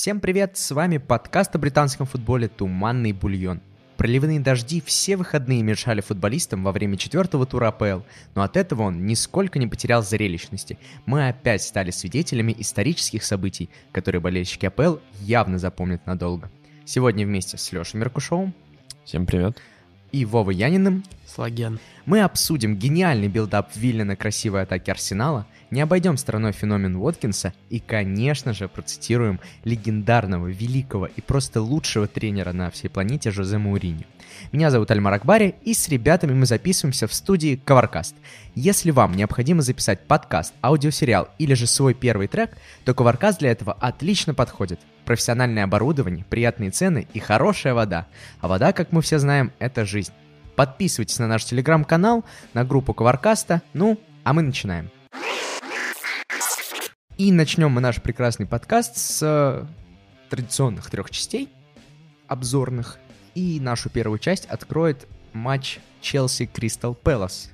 Всем привет, с вами подкаст о британском футболе «Туманный бульон». Проливные дожди все выходные мешали футболистам во время 4-го тура АПЛ, но от этого он нисколько не потерял зрелищности. Мы опять стали свидетелями исторических событий, которые болельщики АПЛ явно запомнят надолго. Сегодня вместе с Лешей Меркушевым. Всем привет. И Вовой Яниным. Слаген. Мы обсудим гениальный билдап Виллина красивой атаки Арсенала, не обойдем стороной феномен Уоткинса и, конечно же, процитируем легендарного, великого и просто лучшего тренера на всей планете Жозе Мауриньо. Меня зовут Альмар Акбари, и с ребятами мы записываемся в студии Covercast. Если вам необходимо записать подкаст, аудиосериал или же свой первый трек, то Covercast для этого отлично подходит. Профессиональное оборудование, приятные цены и хорошая вода. А вода, как мы все знаем, это жизнь. Подписывайтесь на наш телеграм-канал, на группу Covercast. Ну, а мы начинаем. И начнем мы наш прекрасный подкаст с традиционных 3 частей обзорных. И нашу первую часть откроет матч Челси-Кристал Пэлас.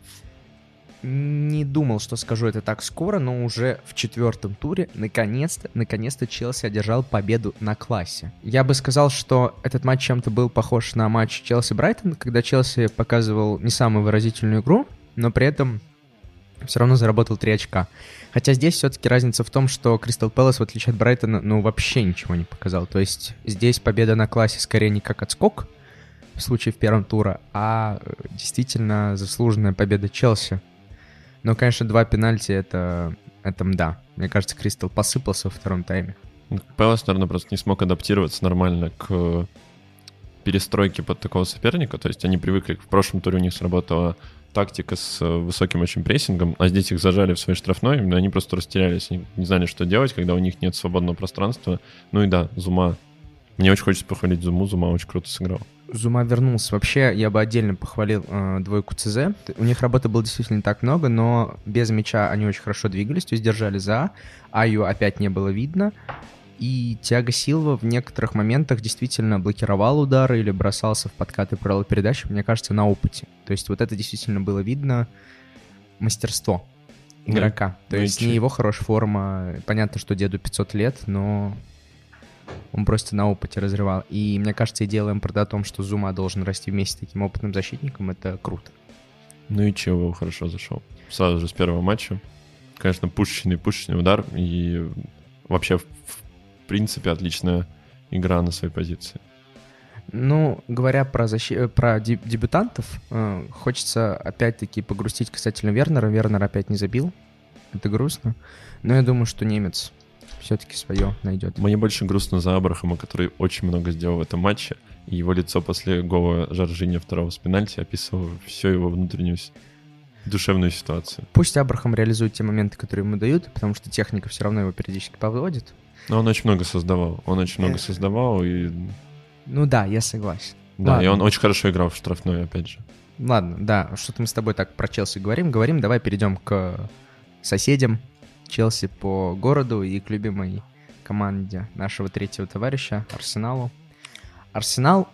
Не думал, что скажу это так скоро, но уже в 4-м туре наконец-то Челси одержал победу на классе. Я бы сказал, что этот матч чем-то был похож на матч Челси-Брайтон, когда Челси показывал не самую выразительную игру, но при этом все равно заработал 3 очка. Хотя здесь все-таки разница в том, что Кристал Пэлас, в отличие от Брайтона, вообще ничего не показал. То есть здесь победа на классе скорее не как отскок в случае в 1-м туре, а действительно заслуженная победа Челси. Но, конечно, 2 пенальти это да. Мне кажется, Кристал посыпался во 2-м тайме. Пэлас, наверное, просто не смог адаптироваться нормально к перестройке под такого соперника. То есть они привыкли, в прошлом туре у них сработала тактика с высоким очень прессингом, а здесь их зажали в своей штрафной, но они просто растерялись, они не знали, что делать, когда у них нет свободного пространства. Ну и да, Зума. Мне очень хочется похвалить Зуму, Зума очень круто сыграл. Зума вернулся. Вообще, я бы отдельно похвалил двойку ЦЗ. У них работы было действительно не так много, но без мяча они очень хорошо двигались, то есть держали за. Аю опять не было видно. И Тиаго Силва в некоторых моментах действительно блокировал удары или бросался в подкаты правила передачи, мне кажется, на опыте. То есть вот это действительно было видно мастерство игрока. То есть не его хорошая форма. Понятно, что деду 500 лет, но он просто на опыте разрывал. И мне кажется, идея Лэмпарда о том, что Зума должен расти вместе с таким опытным защитником, это круто. Ну и Чилвелл хорошо зашел. Сразу же с первого матча. Конечно, пушечный удар. И вообще, в принципе, отличная игра на своей позиции. Ну, говоря про дебютантов, хочется опять-таки погрустить касательно Вернера. Вернер опять не забил. Это грустно. Но я думаю, что немец все-таки свое найдет. Мне больше грустно за Абрахама, который очень много сделал в этом матче. И его лицо после гола Жоржиньо второго с пенальти описывало всю его внутреннюю душевную ситуацию. Пусть Абрахам реализует те моменты, которые ему дают, потому что техника все равно его периодически подводит. Но он очень много создавал. И... Ну да, я согласен. Да, Ладно. И он очень хорошо играл в штрафной, опять же. Ладно, да, что-то мы с тобой так про Челси говорим. Давай перейдем к соседям Челси по городу и к любимой команде нашего 3-го товарища, Арсеналу. Арсенал,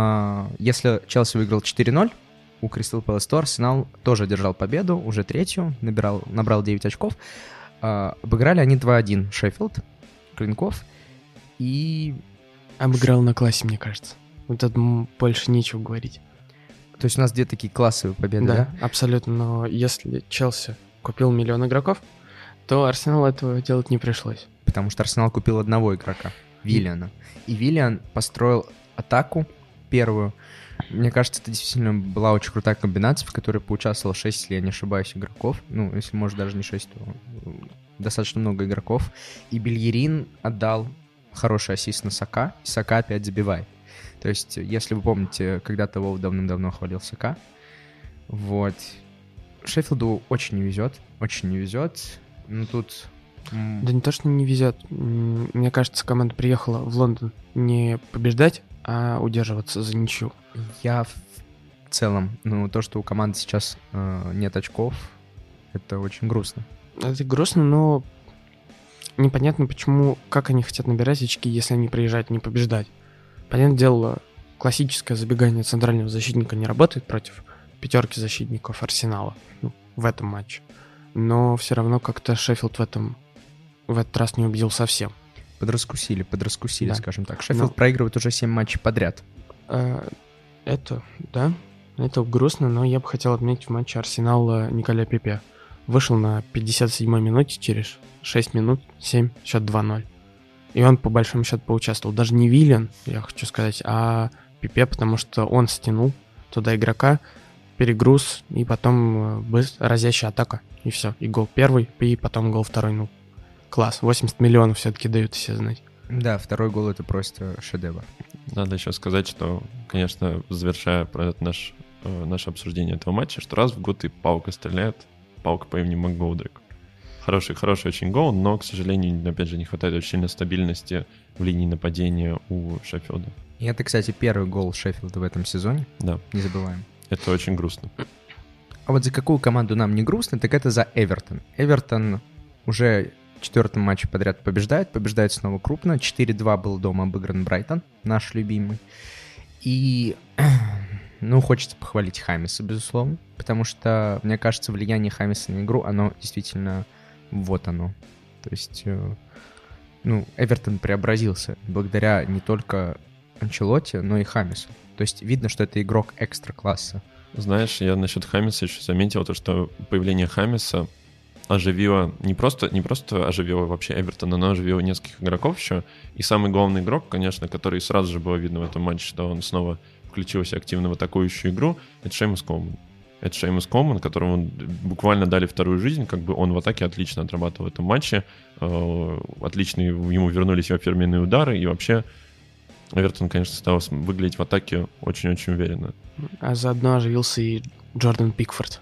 если Челси выиграл 4-0 у Кристал Пэлас, то Арсенал тоже одержал победу, уже 3-ю, набрал 9 очков. Обыграли они 2-1 Шеффилд, Клинков, и... Обыграл на классе, мне кажется. Вот тут больше нечего говорить. То есть у нас 2 такие классовые победы, да? Да, абсолютно. Но если Челси купил 1 миллион игроков, то Арсеналу этого делать не пришлось. Потому что Арсенал купил одного игрока, Виллиана. И Виллиан построил атаку первую. Мне кажется, это действительно была очень крутая комбинация, в которой поучаствовало 6, если я не ошибаюсь, игроков. Ну, если, может, даже не 6, то достаточно много игроков. И Бельерин отдал хороший ассист на Сака, и Сака опять забивает. То есть, если вы помните, когда-то Вов давным-давно хвалил Сака. Вот. Шеффилду очень не везет. Ну, тут... Да не то, что не везет. Мне кажется, команда приехала в Лондон не побеждать, а удерживаться за ничью. Я в целом, то, что у команды сейчас нет очков, это очень грустно. Это грустно, но непонятно, как они хотят набирать очки, если они приезжают не побеждать. Понятное дело, классическое забегание центрального защитника не работает против 5 защитников Арсенала в этом матче. Но все равно как-то Шеффилд в этот раз не убедил совсем. Подраскусили, Да. скажем так. Шеффилд проигрывает уже 7 матчей подряд. Это грустно, но я бы хотел отметить в матче Арсенала Николя Пепе. Вышел на 57-й минуте, через 6 минут, 7, счет 2-0. И он по большому счету поучаствовал. Даже не Виллиан, я хочу сказать, а Пепе, потому что он стянул туда игрока, перегруз, и потом разящая атака, и все. И гол первый, и потом гол второй. Ну, класс, 80 миллионов все-таки дают все знать. Да, второй гол — это просто шедевр. Надо еще сказать, что, конечно, завершая про это наше обсуждение этого матча, что раз в год и Паука стреляет, Паука по имени МакГоудрик. Хороший очень гол, но, к сожалению, опять же, не хватает очень сильно стабильности в линии нападения у Шеффилда. И это, кстати, первый гол Шеффилда в этом сезоне. Да. Не забываем. Это очень грустно. А вот за какую команду нам не грустно, так это за Эвертон. Эвертон уже в 4-м матче подряд побеждает снова крупно. 4-2 был дома обыгран Брайтон, наш любимый. И, хочется похвалить Хамиса, безусловно, потому что, мне кажется, влияние Хамиса на игру, оно действительно вот оно. То есть, Эвертон преобразился благодаря не только Анчелотти, но и Хамису. То есть видно, что это игрок экстра-класса. Знаешь, я насчет Хамиса еще заметил то, что появление Хамиса оживило, не просто оживило вообще Эвертон, но оживило нескольких игроков еще. И самый главный игрок, конечно, который сразу же было видно в этом матче, что он снова включился активно в атакующую игру, это Шеймус Коуман. Это Шеймус Коуман, которому буквально дали вторую жизнь, как бы он в атаке отлично отрабатывал в этом матче, отлично ему вернулись его фирменные удары, и вообще Эвертон, конечно, стал выглядеть в атаке очень-очень уверенно. А заодно оживился и Джордан Пикфорд.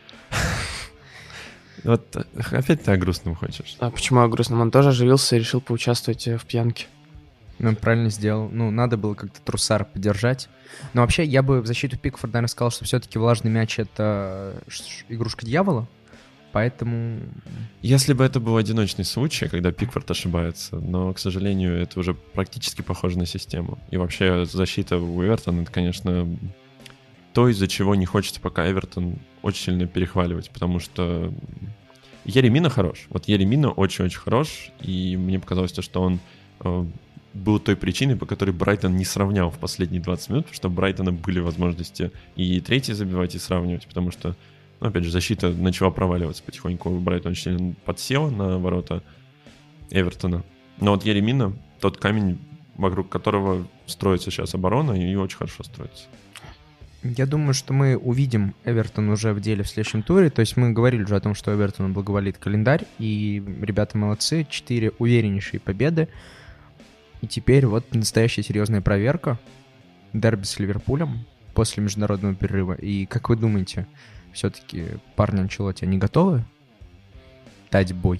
Вот опять ты о грустном хочешь. А почему о грустном? Он тоже оживился и решил поучаствовать в пьянке. Он правильно сделал. Надо было как-то Труссара поддержать. Но вообще, я бы в защиту Пикфорда, наверное, сказал, что все-таки влажный мяч — это игрушка дьявола. Поэтому... Если бы это был одиночный случай, когда Пикфорд ошибается, но, к сожалению, это уже практически похоже на систему. И вообще защита у Эвертона — это, конечно, то, из-за чего не хочется пока Эвертон очень сильно перехваливать, потому что Еремина хорош. Вот Еремина очень-очень хорош, и мне показалось, что он был той причиной, по которой Брайтон не сравнял в последние 20 минут, потому что у Брайтона были возможности и третий забивать, и сравнивать, потому что, опять же, защита начала проваливаться потихоньку. Брайтон очень сильно подсел на ворота Эвертона. Но вот Еремина, тот камень, вокруг которого строится сейчас оборона, и очень хорошо строится. Я думаю, что мы увидим Эвертон уже в деле в следующем туре. То есть мы говорили уже о том, что Эвертону благоволит календарь, и ребята молодцы, 4 увереннейшие победы. И теперь вот настоящая серьезная проверка. Дерби с Ливерпулем после международного перерыва. И как вы думаете, все-таки парни Анчелотти, они готовы дать бой?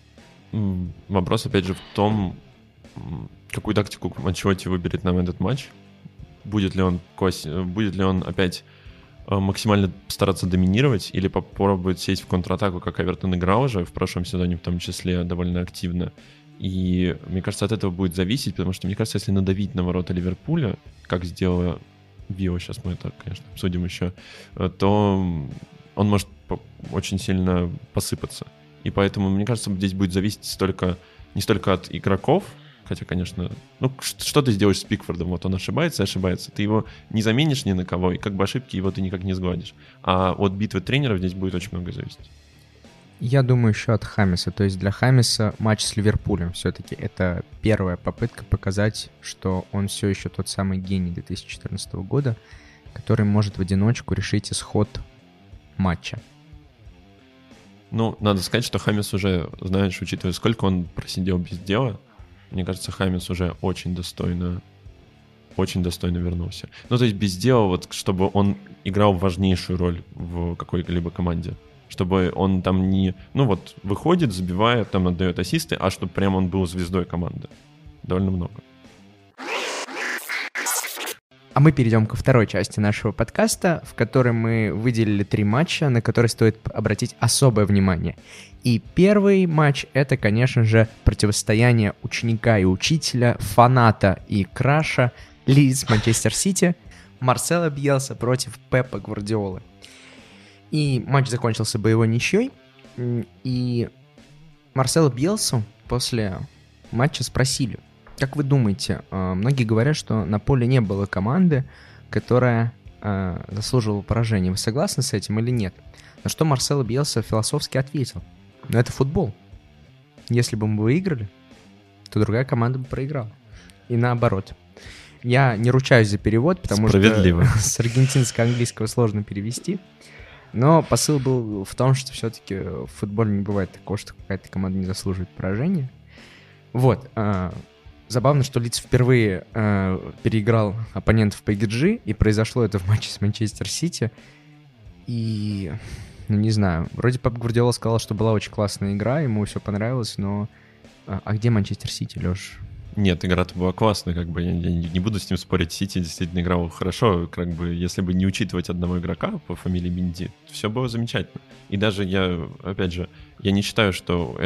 Вопрос, опять же, в том, какую тактику Анчелотти выберет нам этот матч. Будет ли он опять максимально стараться доминировать или попробует сесть в контратаку, как Эвертон играл уже в прошлом сезоне, в том числе довольно активно. И мне кажется, от этого будет зависеть, потому что, мне кажется, если надавить на ворота Ливерпуля, как сделала Вио, сейчас мы это, конечно, обсудим еще, то он может очень сильно посыпаться. И поэтому, мне кажется, здесь будет зависеть не столько от игроков, хотя, конечно, что ты сделаешь с Пикфордом? Вот он ошибается. Ты его не заменишь ни на кого, и как бы ошибки его ты никак не сгладишь. А от битвы тренеров здесь будет очень много зависеть. Я думаю, еще от Хамиса. То есть для Хамиса матч с Ливерпулем все-таки это первая попытка показать, что он все еще тот самый гений 2014 года, который может в одиночку решить исход матча. Надо сказать, что Хамис уже, знаешь, учитывая, сколько он просидел без дела, мне кажется, Хамис уже очень достойно вернулся. То есть без дела, вот, чтобы он играл важнейшую роль в какой-либо команде. Чтобы он там не... выходит, забивает, там отдает ассисты, а чтобы прямо он был звездой команды. Довольно много. А мы перейдем ко второй части нашего подкаста, в которой мы выделили 3 матча, на которые стоит обратить особое внимание. И первый матч — это, конечно же, противостояние ученика и учителя, фаната и краша Лидс Манчестер Сити, Марсело Бьелса против Пепа Гвардиолы. И матч закончился боевой ничьей, и Марсело Бьелсу после матча спросили, как вы думаете, многие говорят, что на поле не было команды, которая заслуживала поражения. Вы согласны с этим или нет? На что Марсело Бьелса философски ответил: но это футбол. Если бы мы выиграли, то другая команда бы проиграла. И наоборот. Я не ручаюсь за перевод, потому что с аргентинско-английского сложно перевести. Но посыл был в том, что все-таки в футболе не бывает такого, что какая-то команда не заслуживает поражения. Вот. Забавно, что Лидс впервые переиграл оппонентов по XG, и произошло это в матче с Манчестер Сити. И, не знаю, вроде Пеп Гвардиола сказал, что была очень классная игра, ему все понравилось, но... А где Манчестер Сити, Лёш? Нет, игра-то была классная, как бы я не буду с ним спорить. Сити действительно играл хорошо, как бы если бы не учитывать одного игрока по фамилии Минди, все было замечательно. И даже я, опять же, я не считаю, что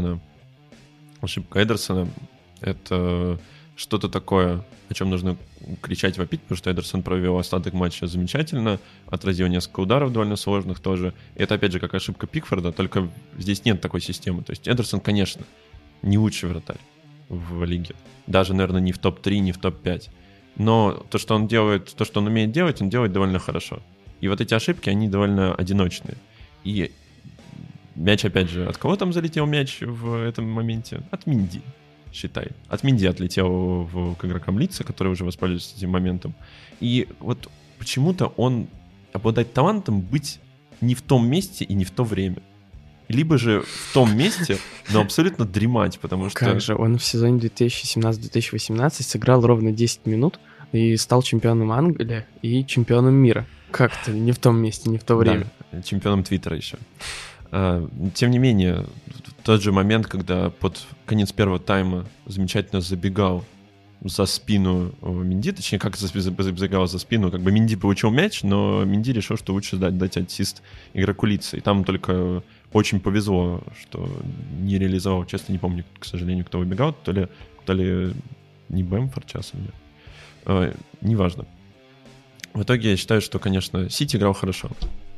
ошибка Эдерсона — это что-то такое, о чем нужно кричать, вопить, потому что Эдерсон провел остаток матча замечательно, отразил несколько ударов довольно сложных тоже. И это, опять же, как ошибка Пикфорда, только здесь нет такой системы. То есть Эдерсон, конечно, не лучший вратарь в лиге. Даже, наверное, не в топ-3, не в топ-5. Но то, что он делает, то, что он умеет делать, он делает довольно хорошо. И вот эти ошибки, они довольно одиночные. И мяч, опять же, от кого там залетел мяч в этом моменте? От Минди, считай. От Минди отлетел к игрокам Лидса, которые уже воспользовались этим моментом. И вот почему-то он обладает талантом быть не в том месте и не в то время. Либо же в том месте, но абсолютно дремать, потому что... Как же, он в сезоне 2017-2018 сыграл ровно 10 минут и стал чемпионом Англии и чемпионом мира. Как-то не в том месте, не в то время. Да, чемпионом Твиттера еще. Тем не менее, тот же момент, когда под конец первого тайма замечательно забегал за спину Минди, точнее, как забегал за спину, как бы Минди получил мяч, но Минди решил, что лучше дать ассист игроку Лидса. И там только очень повезло, что не реализовал, честно не помню, к сожалению, кто выбегал, то ли не Бэмфорд часом, нет. Неважно. В итоге я считаю, что, конечно, Сити играл хорошо.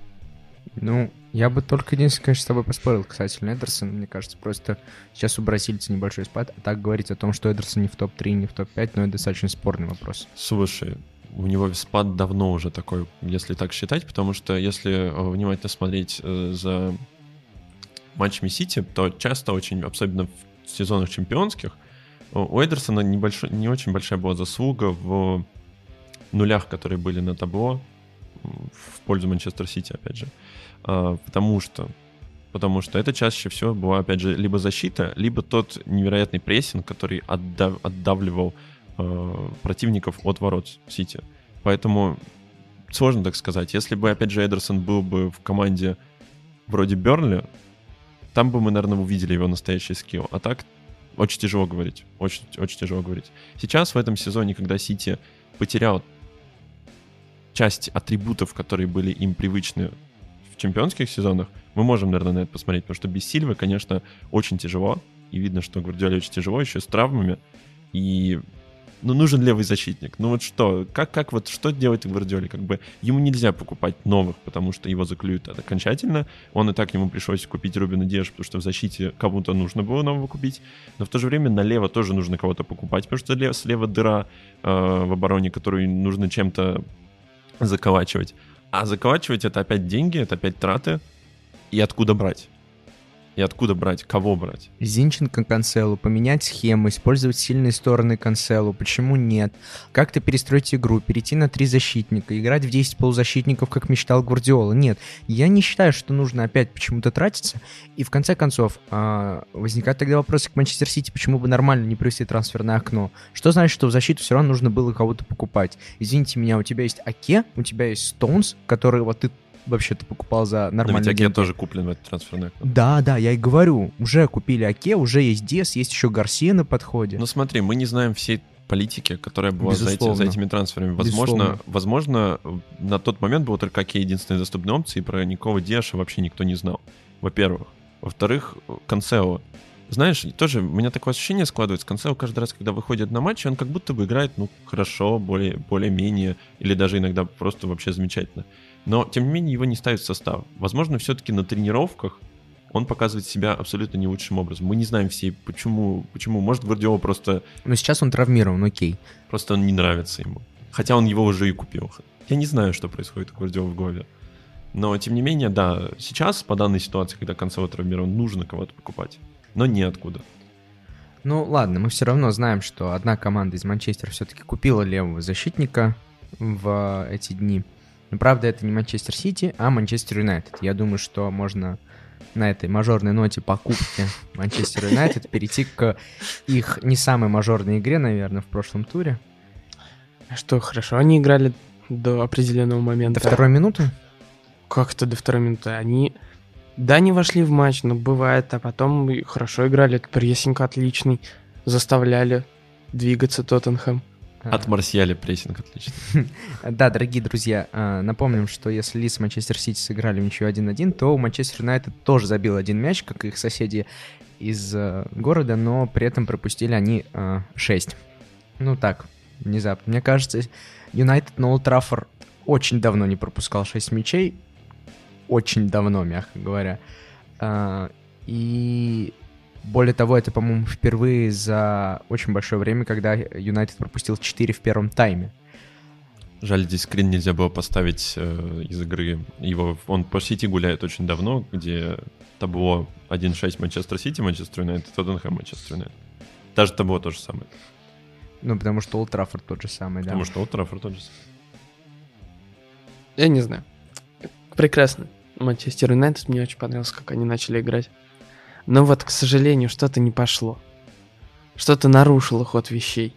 Ну, я бы только единственное, конечно, с тобой поспорил касательно Эдерсона. Мне кажется, просто сейчас у бразильца небольшой спад. А так говорить о том, что Эдерсон не в топ-3, не в топ-5, но это достаточно спорный вопрос. Слушай, у него спад давно уже такой, если так считать, потому что если внимательно смотреть за матчами Сити, то часто очень, особенно в сезонах чемпионских, у Эдерсона не очень большая была заслуга в нулях, которые были на табло в пользу Манчестер Сити, опять же. Потому что это чаще всего была, опять же, либо защита, либо тот невероятный прессинг, который отдавливал противников от ворот Сити. Поэтому сложно так сказать. Если бы, опять же, Эдерсон был бы в команде вроде Бернли, там бы мы, наверное, увидели его настоящий скилл. А так очень тяжело говорить. Очень, очень тяжело говорить. Сейчас в этом сезоне, когда Сити потерял часть атрибутов, которые были им привычны в чемпионских сезонах, мы можем, наверное, на это посмотреть, потому что без Сильвы, конечно, очень тяжело, и видно, что Гвардиоле очень тяжело, еще с травмами, и нужен левый защитник. Ну вот что, как вот что делать Гвардиоле? Как бы ему нельзя покупать новых, потому что его заклюют окончательно. Он и так ему пришлось купить Рубина Диэша, потому что в защите кому-то нужно было нового купить, но в то же время налево тоже нужно кого-то покупать, потому что слева дыра в обороне, которую нужно чем-то заколачивать. А заколачивать — это опять деньги, это опять траты. И откуда брать? И откуда брать? Кого брать? Зинченко Канцелу, поменять схему, использовать сильные стороны Канцелу. Почему нет? Как-то перестроить игру, перейти на 3 защитника, играть в 10 полузащитников, как мечтал Гвардиола. Нет, я не считаю, что нужно опять почему-то тратиться. И в конце концов, возникает тогда вопрос к Манчестер Сити, почему бы нормально не провести трансферное окно? Что значит, что в защиту все равно нужно было кого-то покупать? Извините меня, у тебя есть Аке, у тебя есть Стоунс, который вот ты вообще-то покупал за нормальные деньги. Но ведь Аке тоже куплен в этот трансферный окно. Да, я и говорю. Уже купили Аке, уже есть Диас, есть еще Гарсия на подходе. Ну смотри, мы не знаем всей политики, которая была за этими трансферами. Возможно, на тот момент было только Аке единственной доступной опцией, и про никакого Диаша вообще никто не знал. Во-первых. Во-вторых, Канцело. Знаешь, тоже у меня такое ощущение складывается. Канцело каждый раз, когда выходит на матч, он как будто бы играет, хорошо, более-менее, или даже иногда просто вообще замечательно. Но, тем не менее, его не ставят в состав. Возможно, все-таки на тренировках он показывает себя абсолютно не лучшим образом. Мы не знаем все, почему. Может, Гвардиола просто... Но сейчас он травмирован, окей. Просто он не нравится ему. Хотя он его уже и купил. Я не знаю, что происходит у Гвардиолы в голове. Но, тем не менее, да, сейчас, по данной ситуации, когда Канцело травмирован, нужно кого-то покупать. Но неоткуда. Ну, ладно, мы все равно знаем, что одна команда из Манчестера все-таки купила левого защитника в эти дни. Но, правда, это не Манчестер Сити, а Манчестер Юнайтед. Я думаю, что можно на этой мажорной ноте покупки Манчестер Юнайтед перейти к их не самой мажорной игре, наверное, в прошлом туре. Что, хорошо, они играли до определенного момента. До второй минуты? Как-то до второй минуты. Они, да, не вошли в матч, но бывает, а потом хорошо играли. Прессинг отличный, заставляли двигаться Тоттенхэм. От Марсиаля прессинг отличный. Да, дорогие друзья, напомним, что если Лидс и Манчестер Сити сыграли в ничью 1-1, то у Манчестер Юнайтед тоже забил один мяч, как и их соседи из города, но при этом пропустили они 6. Ну так, внезапно. Мне кажется, Юнайтед на Олд Траффорд очень давно не пропускал 6 мячей. Очень давно, мягко говоря. И более того, это, по-моему, впервые за очень большое время, когда Юнайтед пропустил 4 в первом тайме. Жаль, здесь скрин нельзя было поставить из игры. Он по сети гуляет очень давно, где табло 1-6 Манчестер Сити, Манчестер Юнайтед, Тоттенхэм, Манчестер Юнайтед. Даже табло то же самое. Ну, потому что Олд Траффорд тот же самый, да. Потому что Олд Траффорд тот же самый. Я не знаю. Прекрасно. Манчестер Юнайтед, мне очень понравилось, как они начали играть. Но вот, к сожалению, что-то не пошло. Что-то нарушило ход вещей.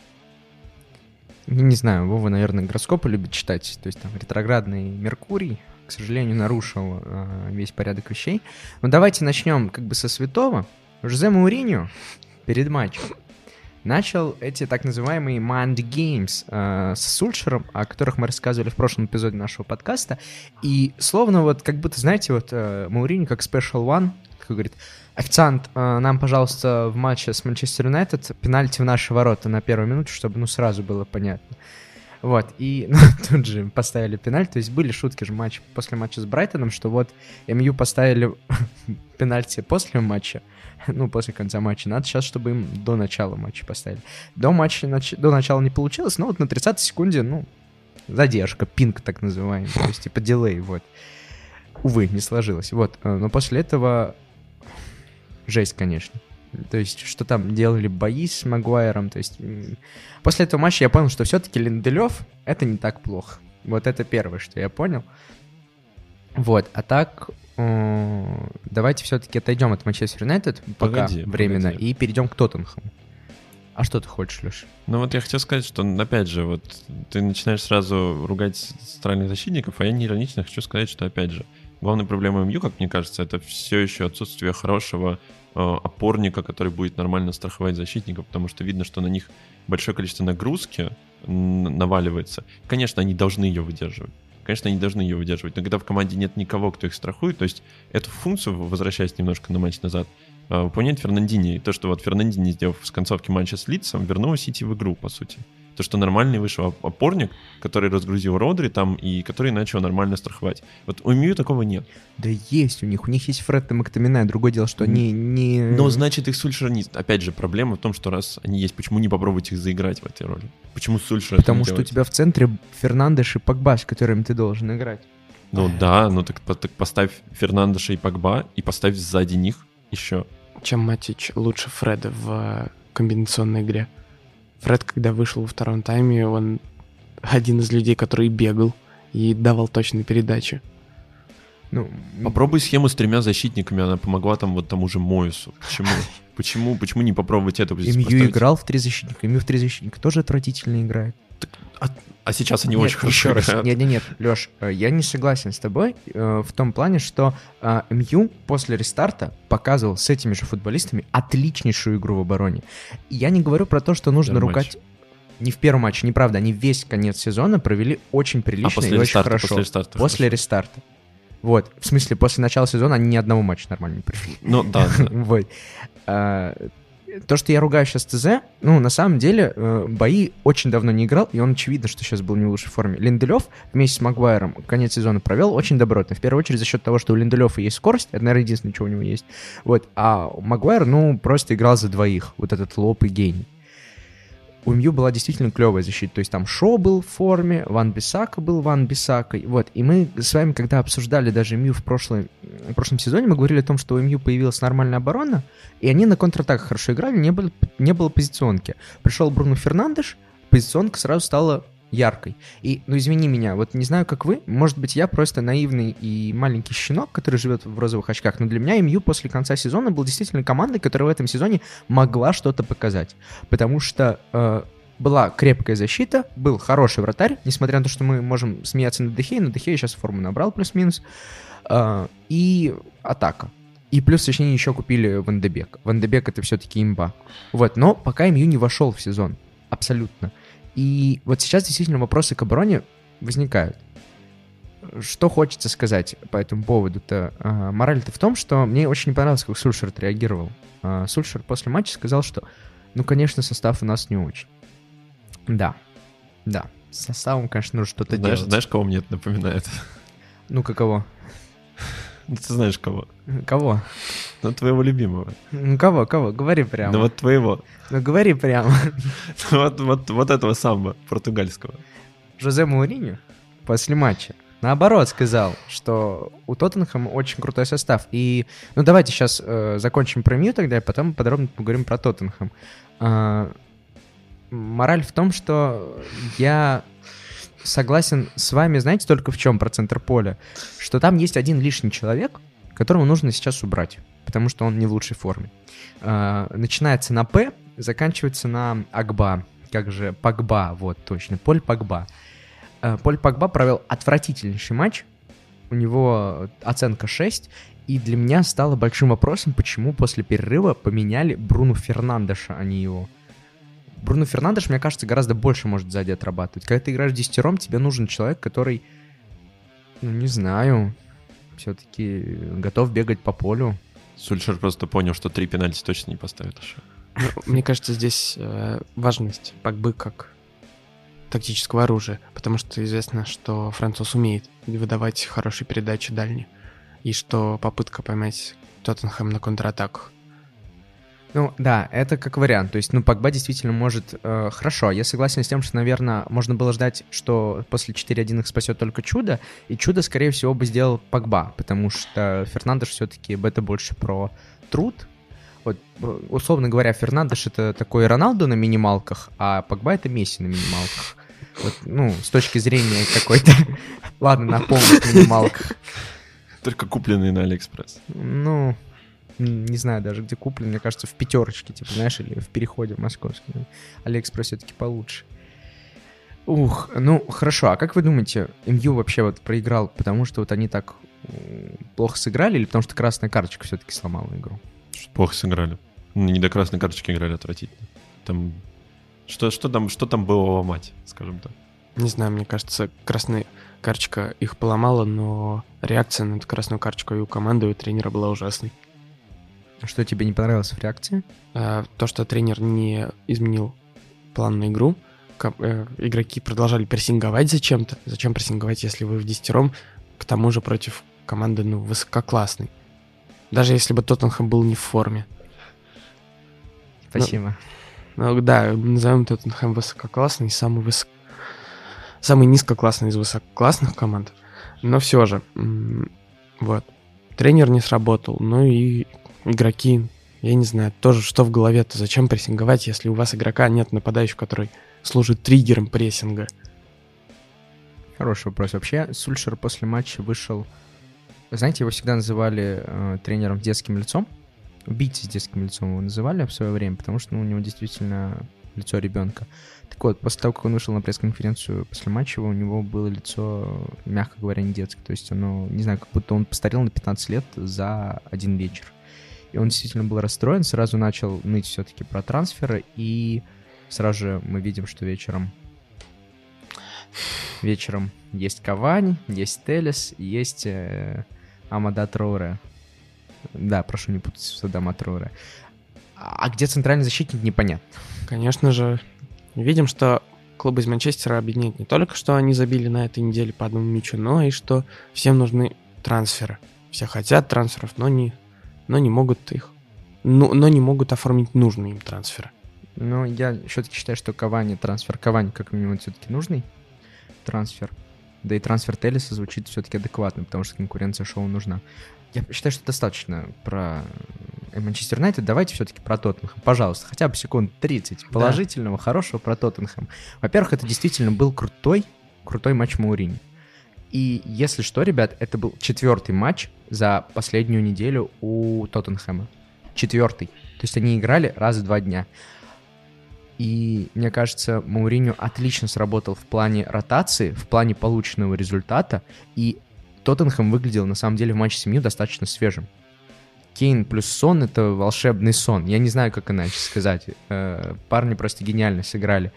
Не знаю, Вова, наверное, гороскопы любит читать. То есть там ретроградный Меркурий, к сожалению, нарушил весь порядок вещей. Но давайте начнем как бы со святого. Жозе Мауриньо перед матчем начал эти так называемые Mind Games с Сульшером, о которых мы рассказывали в прошлом эпизоде нашего подкаста. И словно вот как будто, знаете, вот Мауриньо как Special One, такой говорит: официант, нам, пожалуйста, в матче с Манчестер Юнайтед пенальти в наши ворота на первую минуту, чтобы, сразу было понятно. Вот, и тут же поставили пенальти, то есть были шутки же после матча с Брайтоном, что вот МЮ поставили пенальти после матча, после конца матча, надо сейчас, чтобы им до начала матча поставили. До начала не получилось, но вот на 30-й секунде, задержка, пинг так называемый, то есть типа дилей, вот. Увы, не сложилось, вот, но после этого жесть, конечно. То есть, что там делали бои с Магуайром. То есть, после этого матча я понял, что все-таки Линделев — это не так плохо. Вот это первое, что я понял. Вот, а так, давайте все-таки отойдем от Манчестер Юнайтед пока временно и перейдем к Тоттенхэму. А что ты хочешь, Леш? Вот я хотел сказать, что, опять же, вот ты начинаешь сразу ругать центральных защитников, а я не иронично хочу сказать, что, опять же, главная проблема МЮ, как мне кажется, это все еще отсутствие хорошего опорника, который будет нормально страховать защитников, потому что видно, что на них большое количество нагрузки наваливается. Конечно, они должны ее выдерживать. Но когда в команде нет никого, кто их страхует, то есть эту функцию, возвращаясь немножко на матч назад, выполняет Фернандини. И то, что вот Фернандини, сделав с концовки матча с Лидсом, вернул Сити в игру, по сути. То, что нормальный вышел опорник, который разгрузил Родри там и который начал нормально страховать. Вот у МЮ такого нет. Да есть у них есть Фред и Мактоминай. Другое дело, что они не... Но значит их Сульшер не... Опять же, проблема в том, что раз они есть, почему не попробовать их заиграть в этой роли? Почему Сульшер Потому что у тебя в центре Фернандеш и Погба, с которыми ты должен играть. Так поставь Фернандеша и Погба и поставь сзади них еще. Чем Матич лучше Фреда в комбинационной игре? Фред, когда вышел во втором тайме, он один из людей, который бегал и давал точные передачи. Попробуй схему с 3 защитниками, она помогла там тому же Моису. Почему не попробовать это? МЮ играл в 3 защитника, МЮ в 3 защитника тоже отвратительно играет. А сейчас они очень хорошо играют. Нет, Лёш, я не согласен с тобой в том плане, что МЮ после рестарта показывал с этими же футболистами отличнейшую игру в обороне. И я не говорю про то, что нужно ругать... Не в первом матче, неправда, они весь конец сезона провели очень прилично и очень хорошо. После рестарта. Вот, в смысле, после начала сезона они ни одного матча нормально не пришли. Да. Вот. то, что я ругаю сейчас ТЗ, ну, на самом деле, бои очень давно не играл, и он, очевидно, что сейчас был не в лучшей форме. Линделёв вместе с Магуайром конец сезона провел очень добротно. В первую очередь за счет того, что у Линделёва есть скорость, это, наверное, единственное, что у него есть. Вот. А Магуайр, ну, просто играл за двоих. Вот этот лоб и гений. У МЮ была действительно клевая защита. То есть там Шо был в форме, Ван Бисака был Ван Бисакой. Вот. И мы с вами, когда обсуждали даже МЮ в прошлом сезоне, мы говорили о том, что у МЮ появилась нормальная оборона, и они на контратаках хорошо играли, не было позиционки. Пришел Бруно Фернандеш, позиционка сразу стала яркой. И, ну извини меня, вот не знаю, как вы, может быть, я просто наивный и маленький щенок, который живет в розовых очках, но для меня МЮ после конца сезона был действительно командой, которая в этом сезоне могла что-то показать. Потому что была крепкая защита, был хороший вратарь, несмотря на то, что мы можем смеяться над Дехеей, но Дехея сейчас форму набрал плюс-минус, и атака. И плюс, точнее, еще купили Ван де Бек. Ван де Бек — это все-таки имба. Вот, но пока МЮ не вошел в сезон. Абсолютно. И вот сейчас действительно вопросы к обороне возникают. Что хочется сказать по этому поводу-то? Мораль-то в том, что мне очень не понравилось, как Сульшер отреагировал. Сульшер после матча сказал, что, ну, конечно, состав у нас не очень. Да, с составом, конечно, нужно что-то делать. Знаешь, кого мне это напоминает? Ну, каково? Ну, ты знаешь кого? Кого? Ну, твоего любимого. Ну, кого? Говори прямо. Ну, вот твоего. Ну, говори прямо. Вот этого самого, португальского. Жозе Мауриньо после матча наоборот сказал, что у Тоттенхэма очень крутой состав. И, ну, давайте сейчас закончим про МЮ тогда, и потом подробно поговорим про Тоттенхэм. Мораль в том, что я согласен с вами, знаете, только в чем про центр поля? Что там есть один лишний человек, которого нужно сейчас убрать, потому что он не в лучшей форме. Начинается на П, заканчивается на Агба. Как же? Погба, вот, точно. Поль Погба. Поль Погба провел отвратительнейший матч. У него оценка 6. И для меня стало большим вопросом, почему после перерыва поменяли Бруно Фернандеша, а не его. Бруно Фернандеш, мне кажется, гораздо больше может сзади отрабатывать. Когда ты играешь десятером, тебе нужен человек, который, ну, не знаю, все-таки готов бегать по полю. Сульшер просто понял, что 3 пенальти точно не поставит еще. Мне кажется, здесь важность Погбы как тактического оружия, потому что известно, что француз умеет выдавать хорошие передачи дальние, и что попытка поймать Тоттенхэм на контратаках. Ну, да, это как вариант. То есть, ну, Погба действительно может... хорошо, я согласен с тем, что, наверное, можно было ждать, что после 4-1 их спасет только Чудо, и Чудо, скорее всего, бы сделал Погба, потому что Фернандеш все-таки это больше про труд. Вот, условно говоря, Фернандеш — это такой Роналду на минималках, а Погба — это Месси на минималках. Вот, ну, с точки зрения какой-то... Ладно, на полных минималках. Только купленные на Алиэкспресс. Ну... Не знаю даже, где куплен, мне кажется, в пятерочке, типа, знаешь, или в переходе московском. Алиэкспресс все-таки получше. Ух, ну, хорошо, а как вы думаете, МЮ вообще вот проиграл, потому что вот они так плохо сыграли, или потому что красная карточка все-таки сломала игру? Плохо сыграли. Не до красной карточки играли отвратительно. Там... Что там было ломать, скажем так? Не знаю, мне кажется, красная карточка их поломала, но реакция на эту красную карточку и у команды, и у тренера была ужасной. Что тебе не понравилось в реакции? То, что тренер не изменил план на игру. Игроки продолжали прессинговать зачем-то. Зачем прессинговать, если вы в десятером, к тому же против команды, ну, высококлассной. Даже если бы Тоттенхэм был не в форме. Спасибо. Ну да, назовем Тоттенхэм высококлассный, самый низкоклассный из высококлассных команд. Но все же, вот. Тренер не сработал, ну и игроки, я не знаю, тоже что в голове-то, зачем прессинговать, если у вас игрока нет нападающего, который служит триггером прессинга? Хороший вопрос. Вообще, Сульшер после матча вышел... Знаете, его всегда называли тренером с детским лицом. Убийцей с детским лицом его называли в свое время, потому что у него действительно лицо ребенка. Так вот, после того, как он вышел на пресс-конференцию после матча, у него было лицо, мягко говоря, не детское. То есть оно, не знаю, как будто он постарел на 15 лет за один вечер. И он действительно был расстроен, сразу начал ныть все-таки про трансферы, и сразу же мы видим, что вечером есть Кавани, есть Телес, есть Амада Троуре. Да, прошу не путать с Адама Троуре. А где центральный защитник, непонятно. Конечно же, видим, что клуб из Манчестера объединяет не только, что они забили на этой неделе по одному мячу, но и что всем нужны трансферы. Все хотят трансферов, но не могут их. Но не могут оформить нужные им трансферы. Но я все-таки считаю, что Кавани как минимум все-таки нужный трансфер. Да и трансфер Теллиса звучит все-таки адекватно, потому что конкуренция шоу нужна. Я считаю, что достаточно про Манчестер Юнайтед. Давайте все-таки про Тоттенхэм. Пожалуйста, хотя бы секунд 30 положительного, хорошего про Тоттенхэм. Во-первых, это действительно был крутой матч Мауриньо. И если что, ребят, это был 4-й матч за последнюю неделю у Тоттенхэма. 4-й. То есть они играли раз в 2 дня. И мне кажется, Мауриньо отлично сработал в плане ротации, в плане полученного результата. И Тоттенхэм выглядел, на самом деле, в матче с МЮ достаточно свежим. Кейн плюс Сон — это волшебный сон. Я не знаю, как иначе сказать. Парни просто гениально сыграли.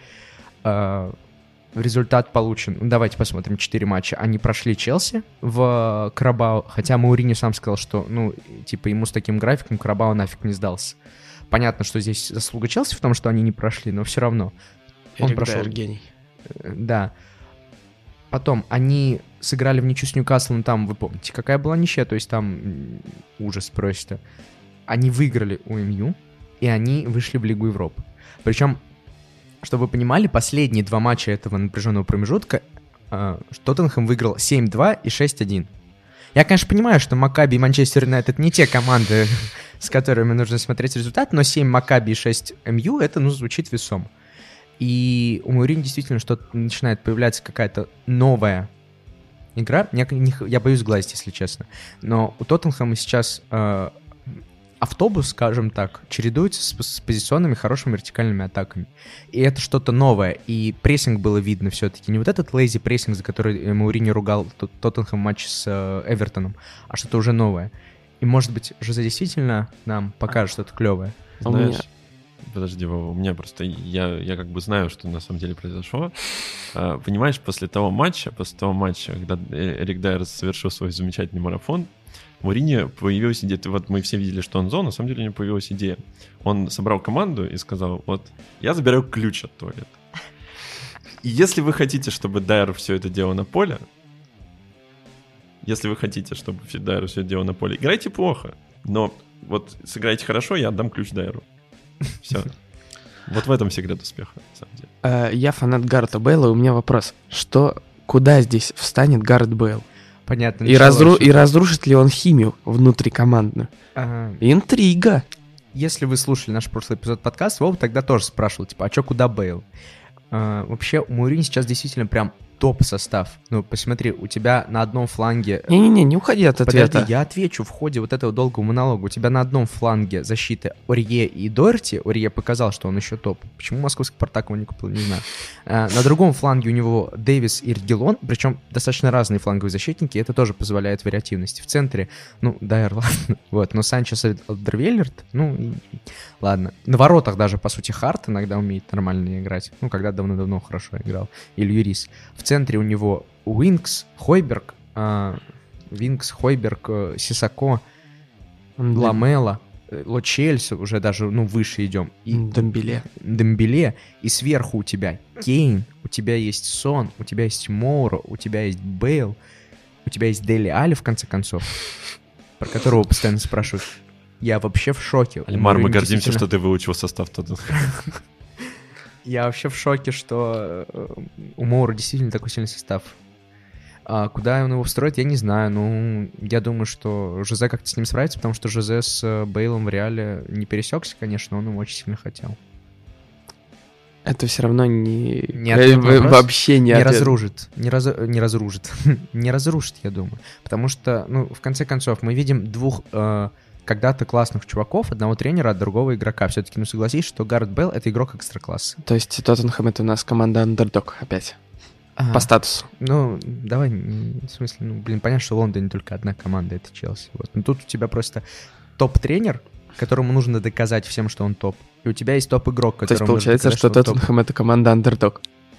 Результат получен. Давайте посмотрим 4 матча. Они прошли Челси в Карабао, хотя Мауриньо сам сказал, что, ему с таким графиком Карабао нафиг не сдался. Понятно, что здесь заслуга Челси в том, что они не прошли, но все равно. Он прошел. Гений. Да. Потом они сыграли в ничью с Ньюкаслом, там, вы помните, какая была ничья, то есть там ужас просто. Они выиграли у МЮ, и они вышли в Лигу Европы. Причем, чтобы вы понимали, последние 2 матча этого напряженного промежутка Тоттенхэм выиграл 7-2 и 6-1. Я, конечно, понимаю, что Маккаби и Манчестер Юнайтед не те команды, с которыми нужно смотреть результат, но 7 Маккаби и 6 МЮ, это, звучит весомо. И у Мауриньо действительно что-то начинает появляться, какая-то новая игра. Я боюсь глазить, если честно. Но у Тоттенхэма сейчас автобус, скажем так, чередуется с позиционными хорошими вертикальными атаками. И это что-то новое. И прессинг было видно все-таки. Не вот этот лейзи прессинг, за который Мауриньо ругал Тоттенхэм в матче с Эвертоном, а что-то уже новое. И, может быть, Жозе действительно нам покажет что-то клевое. Знаешь, подожди, Вова, у меня просто... Я как бы знаю, что на самом деле произошло. Понимаешь, после того матча, когда Эрик Дайер совершил свой замечательный марафон, у Мауриньо появилась идея, вот мы все видели, что он зон, на самом деле у него появилась идея. Он собрал команду и сказал, вот, я забираю ключ от туалета. И если вы хотите, чтобы Дайер все это делал на поле, играйте плохо, но вот сыграйте хорошо, я отдам ключ Дайеру. Все. Вот в этом секрет успеха, на самом деле. Я фанат Гаррета Бейла, у меня вопрос. Куда здесь встанет Гаррет Бейл? Понятно. И разрушит ли он химию внутрикомандную? Интрига. Если вы слушали наш прошлый эпизод подкаста, Вова тогда тоже спрашивал, а чё, куда Бейл? Вообще, у Мауриньо сейчас действительно прям топ-состав. Посмотри, у тебя на одном фланге... Не уходи от ответа. Подожди, я отвечу в ходе вот этого долгого монолога. У тебя на одном фланге защиты Орье и Дорти. Орье показал, что он еще топ. Почему московский Спартак его не купил, не знаю. На другом фланге у него Дэвис и Регилон, причем достаточно разные фланговые защитники, и это тоже позволяет вариативности. В центре, Дайер, ладно, вот, но Санчес и Алдервейлерт, ладно. На воротах даже, по сути, Харт иногда умеет нормально играть. Когда давно-давно хорошо играл. Или Юрис. В центре у него Уинкс, Хойберг, Сисако, Ламела, Ло Чельси, уже даже, выше идем. И Дембеле. И сверху у тебя Кейн, у тебя есть Сон, у тебя есть Моуро, у тебя есть Бейл, у тебя есть Дели Али, в конце концов, про которого постоянно спрашивают. Я вообще в шоке. Альмар, мы гордимся, что ты выучил состав Тоттенхэма. Я вообще в шоке, что у Моура действительно такой сильный состав. А куда он его встроит, я не знаю. Я думаю, что Жозе как-то с ним справится, потому что Жозе с Бейлом в Реале не пересекся, конечно, он ему очень сильно хотел. Это все равно вообще не разрушит. Не разрушит, я думаю. Потому что, в конце концов, мы видим двух... когда-то классных чуваков, одного тренера от другого игрока. Все-таки, согласись, что Гаррет Бейл — это игрок экстра-класса. То есть Тоттенхэм — это у нас команда андердог опять? По статусу. Давай, в смысле, понятно, что в Лондоне только одна команда — это Челси. Вот. Но тут у тебя просто топ-тренер, которому нужно доказать всем, что он топ. И у тебя есть топ-игрок, которому... То есть получается, что Тоттенхэм — это команда андердог?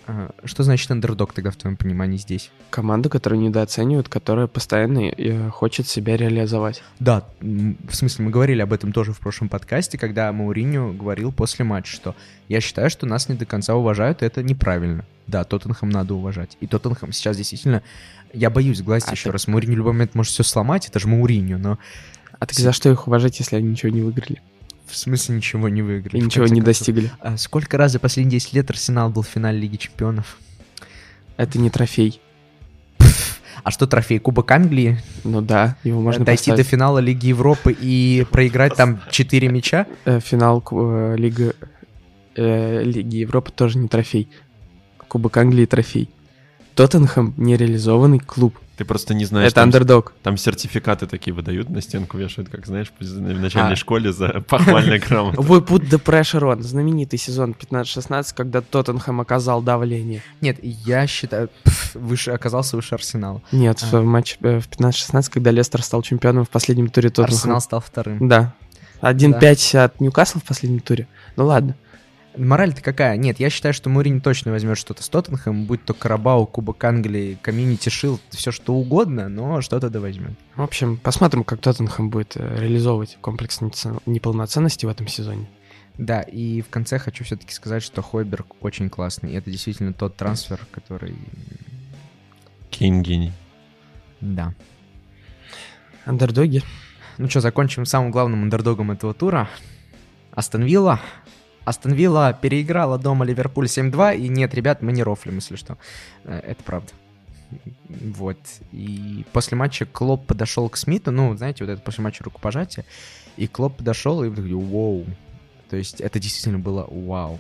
Что значит андердог тогда в твоем понимании здесь? Команда, которую недооценивают, которая постоянно хочет себя реализовать. Да, в смысле, мы говорили об этом тоже в прошлом подкасте, когда Мауриньо говорил после матча, что я считаю, что нас не до конца уважают, и это неправильно. Да, Тоттенхэм надо уважать. И Тоттенхэм сейчас действительно... Я боюсь глазить еще раз. Мауриньо в любой момент может все сломать, это же Мауриньо, но... А так за что их уважать, если они ничего не выиграли? В смысле ничего не выиграли? И ничего не достигли. Сколько раз за последние 10 лет Арсенал был в финале Лиги Чемпионов? Это не трофей. А что трофей? Кубок Англии? Ну да, его можно дойти поставить. до финала Лиги Европы и проиграть там 4 мяча? Финал Лиги Европы тоже не трофей. Кубок Англии трофей. Тоттенхэм нереализованный клуб. Ты просто не знаешь. Это андердог. Там сертификаты такие выдают, на стенку вешают, как знаешь, в начальной школе за похвальной грамотой. We put the pressure on. Знаменитый сезон 15-16, когда Тоттенхэм оказал давление. Нет, я считаю, оказался выше Арсенала. Нет, в матче в 15-16, когда Лестер стал чемпионом в последнем туре Тоттенхэма. Арсенал стал вторым. Да. 1-5 от Ньюкасла в последнем туре. Ну ладно. Мораль-то какая? Нет, я считаю, что Мourinho точно возьмет что-то с Тоттенхэмом, будь то Карабау, Кубок Англии, Community Shield, все что угодно, но что-то да возьмет. В общем, посмотрим, как Тоттенхэм будет реализовывать комплекс неполноценности в этом сезоне. Да, и в конце хочу все-таки сказать, что Хойберг очень классный. Это действительно тот трансфер, который... Кейн гений. Да. Андердоги. Ну что, закончим самым главным андердогом этого тура. Астон Вилла. Астон Вилла переиграла дома Ливерпуль 7-2, и нет, ребят, мы не рофлим, если что. Это правда. Вот. И после матча Клоп подошел к Смиту, ну, знаете, вот это после матча рукопожатие, и Клоп подошел и говорил, вау. То есть это действительно было вау.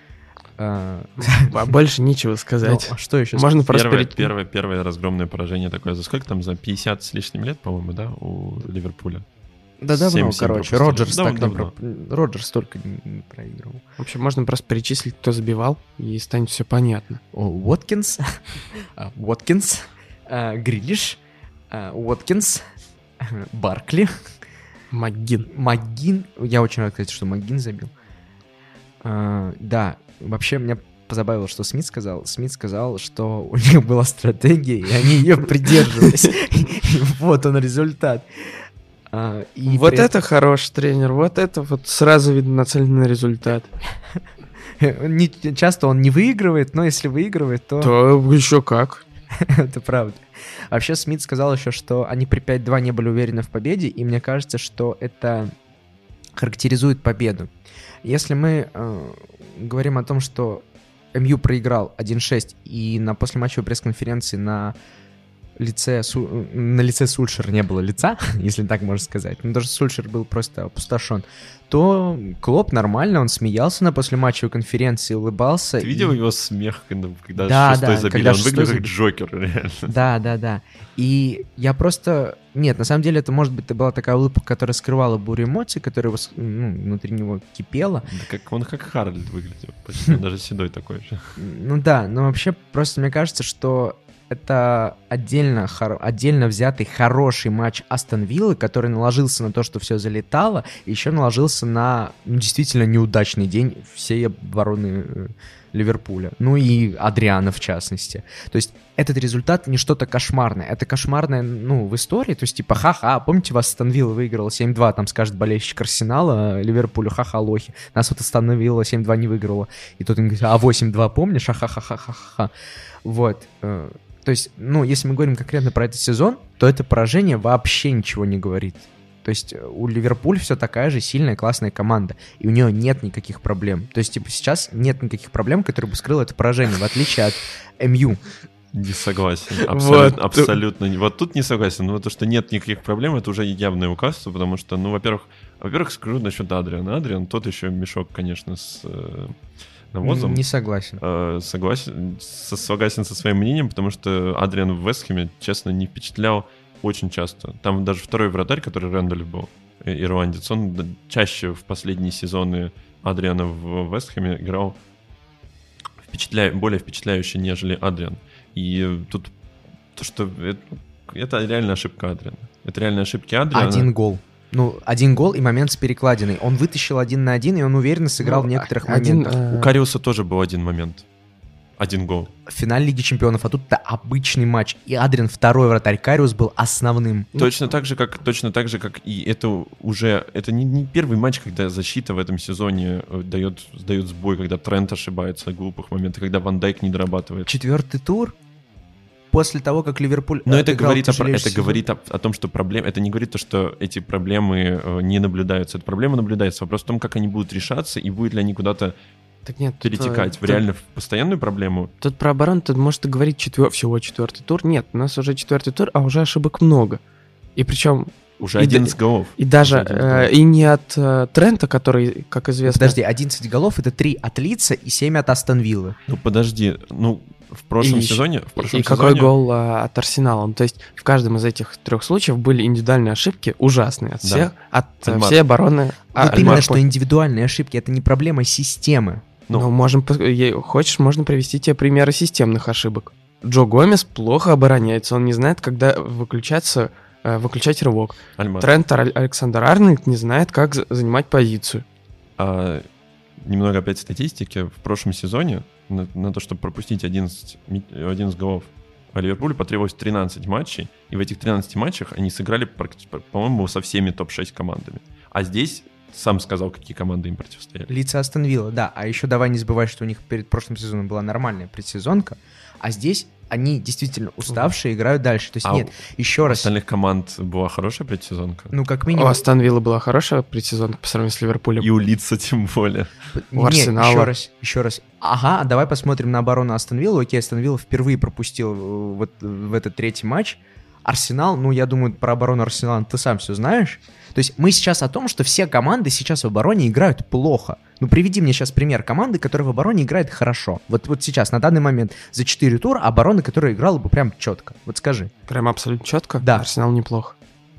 Больше нечего сказать. Ну, а что еще Можно сказать? просто Первое разгромное поражение такое. За сколько там? За 50 с лишним лет, по-моему, да, у Ливерпуля? Да давно, короче. Роджерс давно. Роджерс только не проигрывал. В общем, можно просто перечислить, кто забивал, и станет все понятно. Уоткинс, Грилиш, Уоткинс, Баркли, Макгин. Я очень рад, кстати, что Макгин забил. Да, вообще меня позабавило, что Смит сказал. Смит сказал, что у них была стратегия, и они ее придерживались. Вот он результат. Вот это хороший тренер, вот это вот сразу видно нацелен на результат. Часто он не выигрывает, но если выигрывает, то... То еще как. Это правда. Вообще Смит сказал еще, что они при 5-2 не были уверены в победе, и мне кажется, что это характеризует победу. Если мы говорим о том, что МЮ проиграл 1-6, и на послематчевой пресс-конференции на лице Сульшера не было лица, если так можно сказать, но даже Сульшер был просто опустошен, то Клоп нормально, он смеялся на послематчевой конференции, улыбался. Ты видел его смех, когда шестой забили? Он выглядел как Джокер, реально. Да. И я просто... Нет, на самом деле это, может быть, это была такая улыбка, которая скрывала бурю эмоций, которая внутри него кипела. Да он как Харальд выглядел, почти даже седой такой же. Ну да, но вообще просто мне кажется, что это отдельно взятый хороший матч Астон Виллы, который наложился на то, что все залетало, и еще наложился на действительно неудачный день всей обороны Ливерпуля. Ну и Адриана в частности. То есть этот результат не что-то кошмарное. Это кошмарное, в истории. То есть типа ха-ха, помните, вас Астон Вилла выиграла 7-2, там скажет болельщик Арсенала Ливерпулю, ха-ха, лохи. Нас вот Астон Вилла 7-2 не выиграла. И тут он говорит, а 8-2 помнишь? Ха-ха-ха-ха-ха-ха. Вот. То есть, если мы говорим конкретно про этот сезон, то это поражение вообще ничего не говорит. То есть у Ливерпуля все такая же сильная, классная команда, и у нее нет никаких проблем. То есть, сейчас нет никаких проблем, которые бы скрыло это поражение, в отличие от МЮ. Не согласен. Абсолютно. Вот тут не согласен. Но то, что нет никаких проблем, это уже явное указ, потому что, во-первых, скажу насчет Адриана. Адриан тот еще мешок, конечно, с... навозом. Не согласен. Согласен со своим мнением, потому что Адриан в Вестхэме, честно, не впечатлял очень часто. Там даже второй вратарь, который Рэндальф был, ирландец, он чаще в последние сезоны Адриана в Вестхэме играл более впечатляюще, нежели Адриан. И тут то, что это реально ошибка Адриана. Это реально ошибки Адриана. Один гол и момент с перекладиной. Он вытащил 1 на 1, и он уверенно сыграл в некоторых моментах. У Кариуса тоже был один момент. 1 гол. в финале Лиги Чемпионов, а тут-то обычный матч. И Адриан, второй вратарь, Кариус был основным. Точно так же, как и это уже... Это не первый матч, когда защита в этом сезоне сдает сбой, когда Трент ошибается в глупых моментах, когда Ван Дайк не дорабатывает. 4-й тур после того, как Ливерпуль Но это играл говорит, тяжелейший сезон. о том, что проблемы... Это не говорит то, что эти проблемы не наблюдаются. Эта проблема наблюдается. Вопрос в том, как они будут решаться, и будут ли они куда-то Так нет, перетекать реально в постоянную проблему. Тут про оборону тут может и говорить всего 4-й тур. Нет, у нас уже 4-й тур, а уже ошибок много. И причем... Уже И 11 голов. И даже Уже 11 голов. и не от Трента, который, как известно... Подожди, 11 голов — это 3 от Лидса и 7 от Астон Виллы. Ну подожди, в прошлом И сезоне... И какой гол от Арсенала? То есть в каждом из этих 3 случаев были индивидуальные ошибки ужасные от Да. всех, от Альмар. всей обороны. Вот именно, что индивидуальные ошибки — это не проблема системы. Ну, хочешь, можно привести тебе примеры системных ошибок. Джо Гомес плохо обороняется, он не знает, когда выключать рывок. Альмар, Трент Александр-Арнольд не знает, как занимать позицию. немного опять статистики. В прошлом сезоне на то, чтобы пропустить 11 голов, Ливерпулю потребовалось 13 матчей, и в этих 13 матчах они сыграли, по-моему, со всеми топ-6 командами. А здесь сам сказал, какие команды им противостояли. Лидс и Астон Вилла, да. А еще давай не забывай, что у них перед прошлым сезоном была нормальная предсезонка, а здесь они действительно уставшие играют дальше. То есть нет, еще У раз... остальных команд была хорошая предсезонка. Ну, как У минимум... Астон Вилла была хорошая предсезонка по сравнению с Ливерпулем. И у Лидса тем более. У Арсенала. Еще раз. Ага, давай посмотрим на оборону Астон Виллы. Окей, Астон Вилла впервые пропустил вот в этот третий матч. Арсенал, ну, я думаю, про оборону Арсенала ты сам все знаешь. То есть мы сейчас о том, что все команды сейчас в обороне играют плохо. Ну, приведи мне сейчас пример команды, которая в обороне играет хорошо. Вот сейчас, на данный момент, за 4 тура оборона, которая играла бы прям четко. Вот скажи. Прям абсолютно четко? Да. Арсенал неплохо.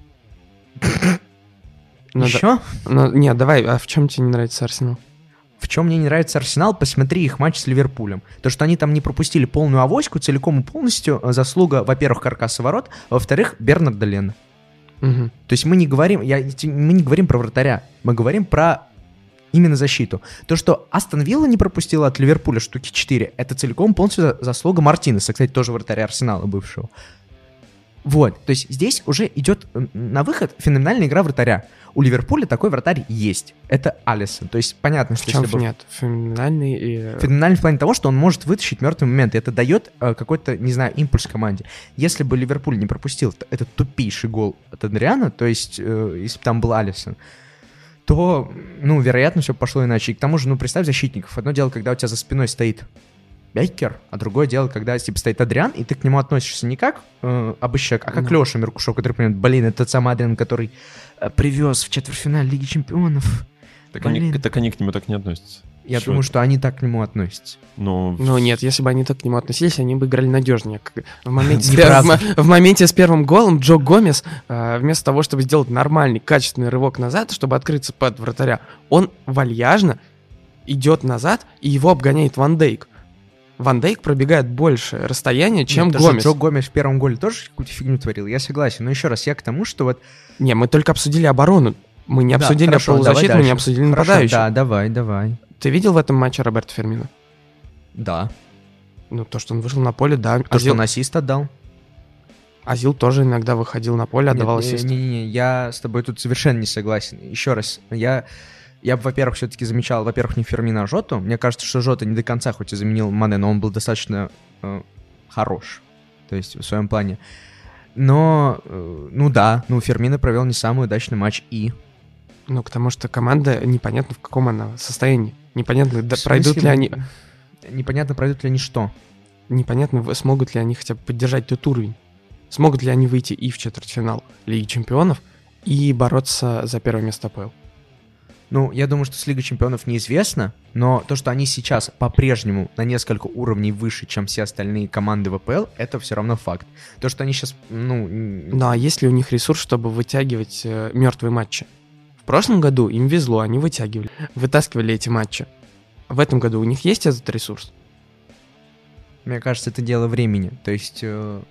Ну, Еще? Нет, давай, а в чем тебе не нравится Арсенал? В чем мне не нравится Арсенал, посмотри их матч с Ливерпулем. То, что они там не пропустили полную авоську, целиком и полностью заслуга, во-первых, каркаса ворот, а во-вторых, Бернарда Лена. Угу. То есть мы не говорим про вратаря, мы говорим про именно защиту. То, что Астон Вилла не пропустила от Ливерпуля штуки 4, это целиком полностью заслуга Мартинеса, кстати, тоже вратаря Арсенала бывшего. Вот, то есть здесь уже идет на выход феноменальная игра вратаря. У Ливерпуля такой вратарь есть. Это Алисон. То есть понятно, что если бы... нет, феноменальный и... Феноменальный в плане того, что он может вытащить мертвый момент, и это дает какой-то, не знаю, импульс команде. Если бы Ливерпуль не пропустил этот тупейший гол от Адриана, то есть если бы там был Алисон, то, ну, вероятно, все пошло иначе. И к тому же, ну, представь защитников. Одно дело, когда у тебя за спиной стоит Бейкер, а другое дело, когда типа стоит Адриан, и ты к нему относишься не как обыщак, а как Леша Меркушев, который понимает, блин, это тот самый Адриан, который привез в четвертьфинале Лиги Чемпионов. Так они к нему так не относятся. Я думаю, что они так к нему относятся. Ну нет, если бы они так к нему относились, они бы играли надежнее. В Неправда. моменте с первым голом Джо Гомес, вместо того, чтобы сделать нормальный, качественный рывок назад, чтобы открыться под вратаря, он вальяжно идет назад, и его обгоняет Ван Дейк. Ван Дейк пробегает больше расстояния, чем Гомес. Джо Гомес в первом голе тоже какую-то фигню творил, я согласен. Но еще раз, я к тому, что вот... Не, мы только обсудили оборону. Мы не обсудили полузащиту, мы не обсудили нападающего. Да, давай. Ты видел в этом матче Роберто Фермино? Да. Ну, то, что он вышел на поле, да. Что он ассист отдал. Азил тоже иногда выходил на поле, отдавал ассист. Не, я с тобой тут совершенно не согласен. Еще раз, я бы, во-первых, все-таки замечал, во-первых, не Фермино, а Жоту. Мне кажется, что Жота не до конца хоть и заменил Мане, но он был достаточно хорош. То есть в своем плане. Но, Фермино провел не самый удачный матч и... Ну, потому что команда непонятно в каком она состоянии. Непонятно, пройдут ли они... Непонятно, пройдут ли они что? Непонятно, смогут ли они хотя бы поддержать тот уровень. Смогут ли они выйти и в четвертьфинал Лиги Чемпионов, и бороться за первое место АПЛ. Ну, я думаю, что с Лигой Чемпионов неизвестно, но то, что они сейчас по-прежнему на несколько уровней выше, чем все остальные команды в АПЛ, это все равно факт. То, что они сейчас, Ну, а есть ли у них ресурс, чтобы вытягивать мертвые матчи? В прошлом году им везло, они вытаскивали эти матчи. В этом году у них есть этот ресурс? Мне кажется, это дело времени. То есть...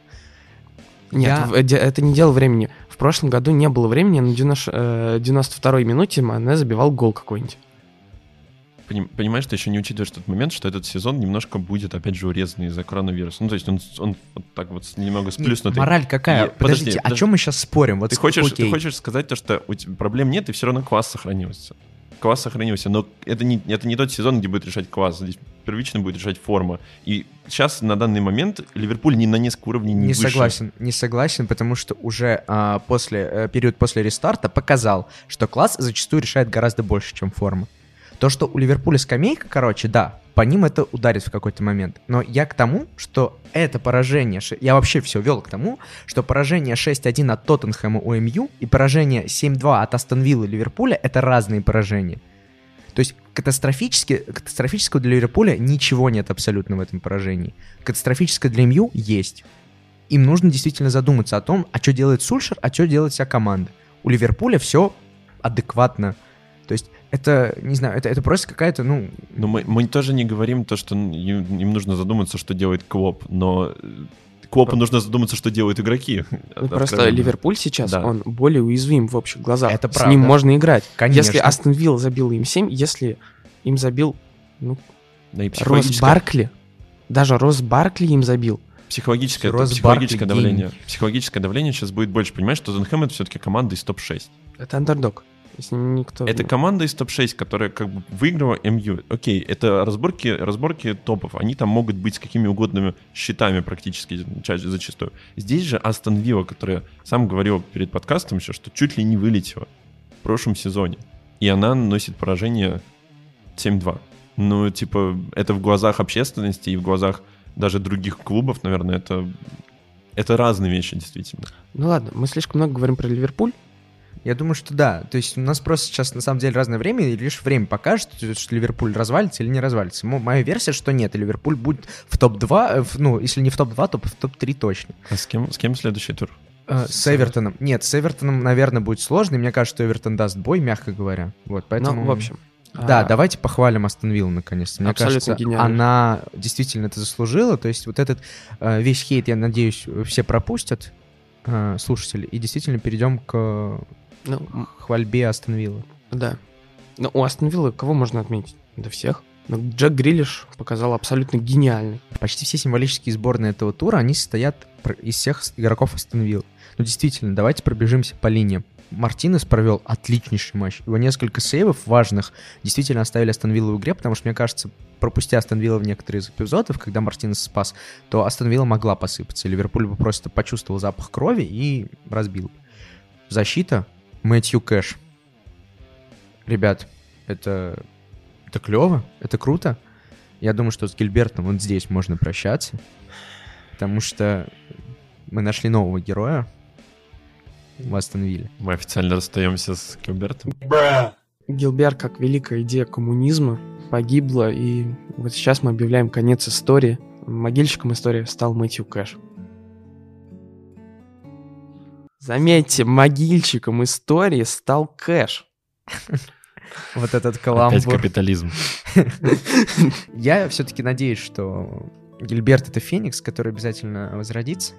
Нет, это не дело времени. В прошлом году не было времени, на 92-й минуте Мане забивал гол какой-нибудь. понимаешь, ты еще не учитываешь тот момент, что этот сезон немножко будет, опять же, урезанный из-за коронавируса. Ну, то есть он вот так вот немного сплюснутый. Мораль какая? Подождите, о чем мы сейчас спорим? Вот ты хочешь сказать то, что у тебя проблем нет, и все равно класс сохранился. Класс сохранился, но это не тот сезон, где будет решать класс. Здесь первично будет решать форма. И сейчас, на данный момент, Ливерпуль ни на несколько уровней не выше. Не согласен, потому что уже период после рестарта показал, что класс зачастую решает гораздо больше, чем форма. То, что у Ливерпуля скамейка, да, по ним это ударит в какой-то момент. Но я к тому, что это поражение, я вообще все вел к тому, что поражение 6-1 от Тоттенхэма у МЮ и поражение 7-2 от Астон Виллы Ливерпуля — это разные поражения. То есть катастрофического для Ливерпуля ничего нет абсолютно в этом поражении. Катастрофическое для МЮ есть. Им нужно действительно задуматься о том, а что делает Сульшер, а что делает вся команда. У Ливерпуля все адекватно. То есть это, не знаю, это просто какая-то, Но мы тоже не говорим то, что им нужно задуматься, что делает Клопп, но Клоппу нужно задуматься, что делают игроки. Просто Ливерпуль сейчас, он более уязвим в общих глазах. Это правда. С ним можно играть. Конечно. Если Астон Вилла забил им 7, если им забил Росс Баркли, даже Росс Баркли им забил. Психологическое давление. Психологическое давление сейчас будет больше. Понимаешь, что Тоттенхэм — это все-таки команда из топ-6. Это андердог. Это команда из топ-6, которая как бы выиграла МЮ. Окей, это разборки топов. Они там могут быть с какими угодно счетами практически зачастую. Здесь же Астон Вилла, которая сам говорил перед подкастом еще, что чуть ли не вылетела в прошлом сезоне. И она носит поражение 7-2. Это в глазах общественности и в глазах даже других клубов, наверное, это разные вещи, действительно. Ну ладно, мы слишком много говорим про Ливерпуль. Я думаю, что да. То есть у нас просто сейчас на самом деле разное время, и лишь время покажет, что Ливерпуль развалится или не развалится. Моя версия, что нет, и Ливерпуль будет в топ-2, если не в топ-2, то в топ-3 точно. А с кем следующий тур? С Эвертоном. Нет, с Эвертоном, наверное, будет сложно, и мне кажется, что Эвертон даст бой, мягко говоря. Вот, поэтому... в общем... Да, давайте похвалим Астон Виллу наконец-то. Мне кажется, гениально. Она действительно это заслужила. То есть вот этот весь хейт, я надеюсь, все пропустят, слушатели, и действительно перейдем к хвальбе Астон Виллы. Да. Но у Астон Виллы кого можно отметить? Да всех. Но Джек Грилиш показал абсолютно гениальный. Почти все символические сборные этого тура, они состоят из всех игроков Астон Виллы. Ну, действительно, давайте пробежимся по линиям. Мартинес провел отличнейший матч. Его несколько сейвов важных действительно оставили Астон Виллу в игре, потому что, мне кажется, пропустя Астон Вилла в некоторые из эпизодов, когда Мартинес спас, то Астон Вилла могла посыпаться. Ливерпуль бы просто почувствовал запах крови и разбил. Защита. Мэтью Кэш. Ребят, это клево, это круто. Я думаю, что с Гильбертом вот здесь можно прощаться, потому что мы нашли нового героя в Астон Вилле. Мы официально расстаемся с Гильбертом. Гильберт, как великая идея коммунизма, погибла, и вот сейчас мы объявляем конец истории. Могильщиком истории стал Мэтью Кэш. Заметьте, могильщиком истории стал Кэш. Вот этот каламбур. Опять капитализм. Я все-таки надеюсь, что Гильберт — это феникс, который обязательно возродится.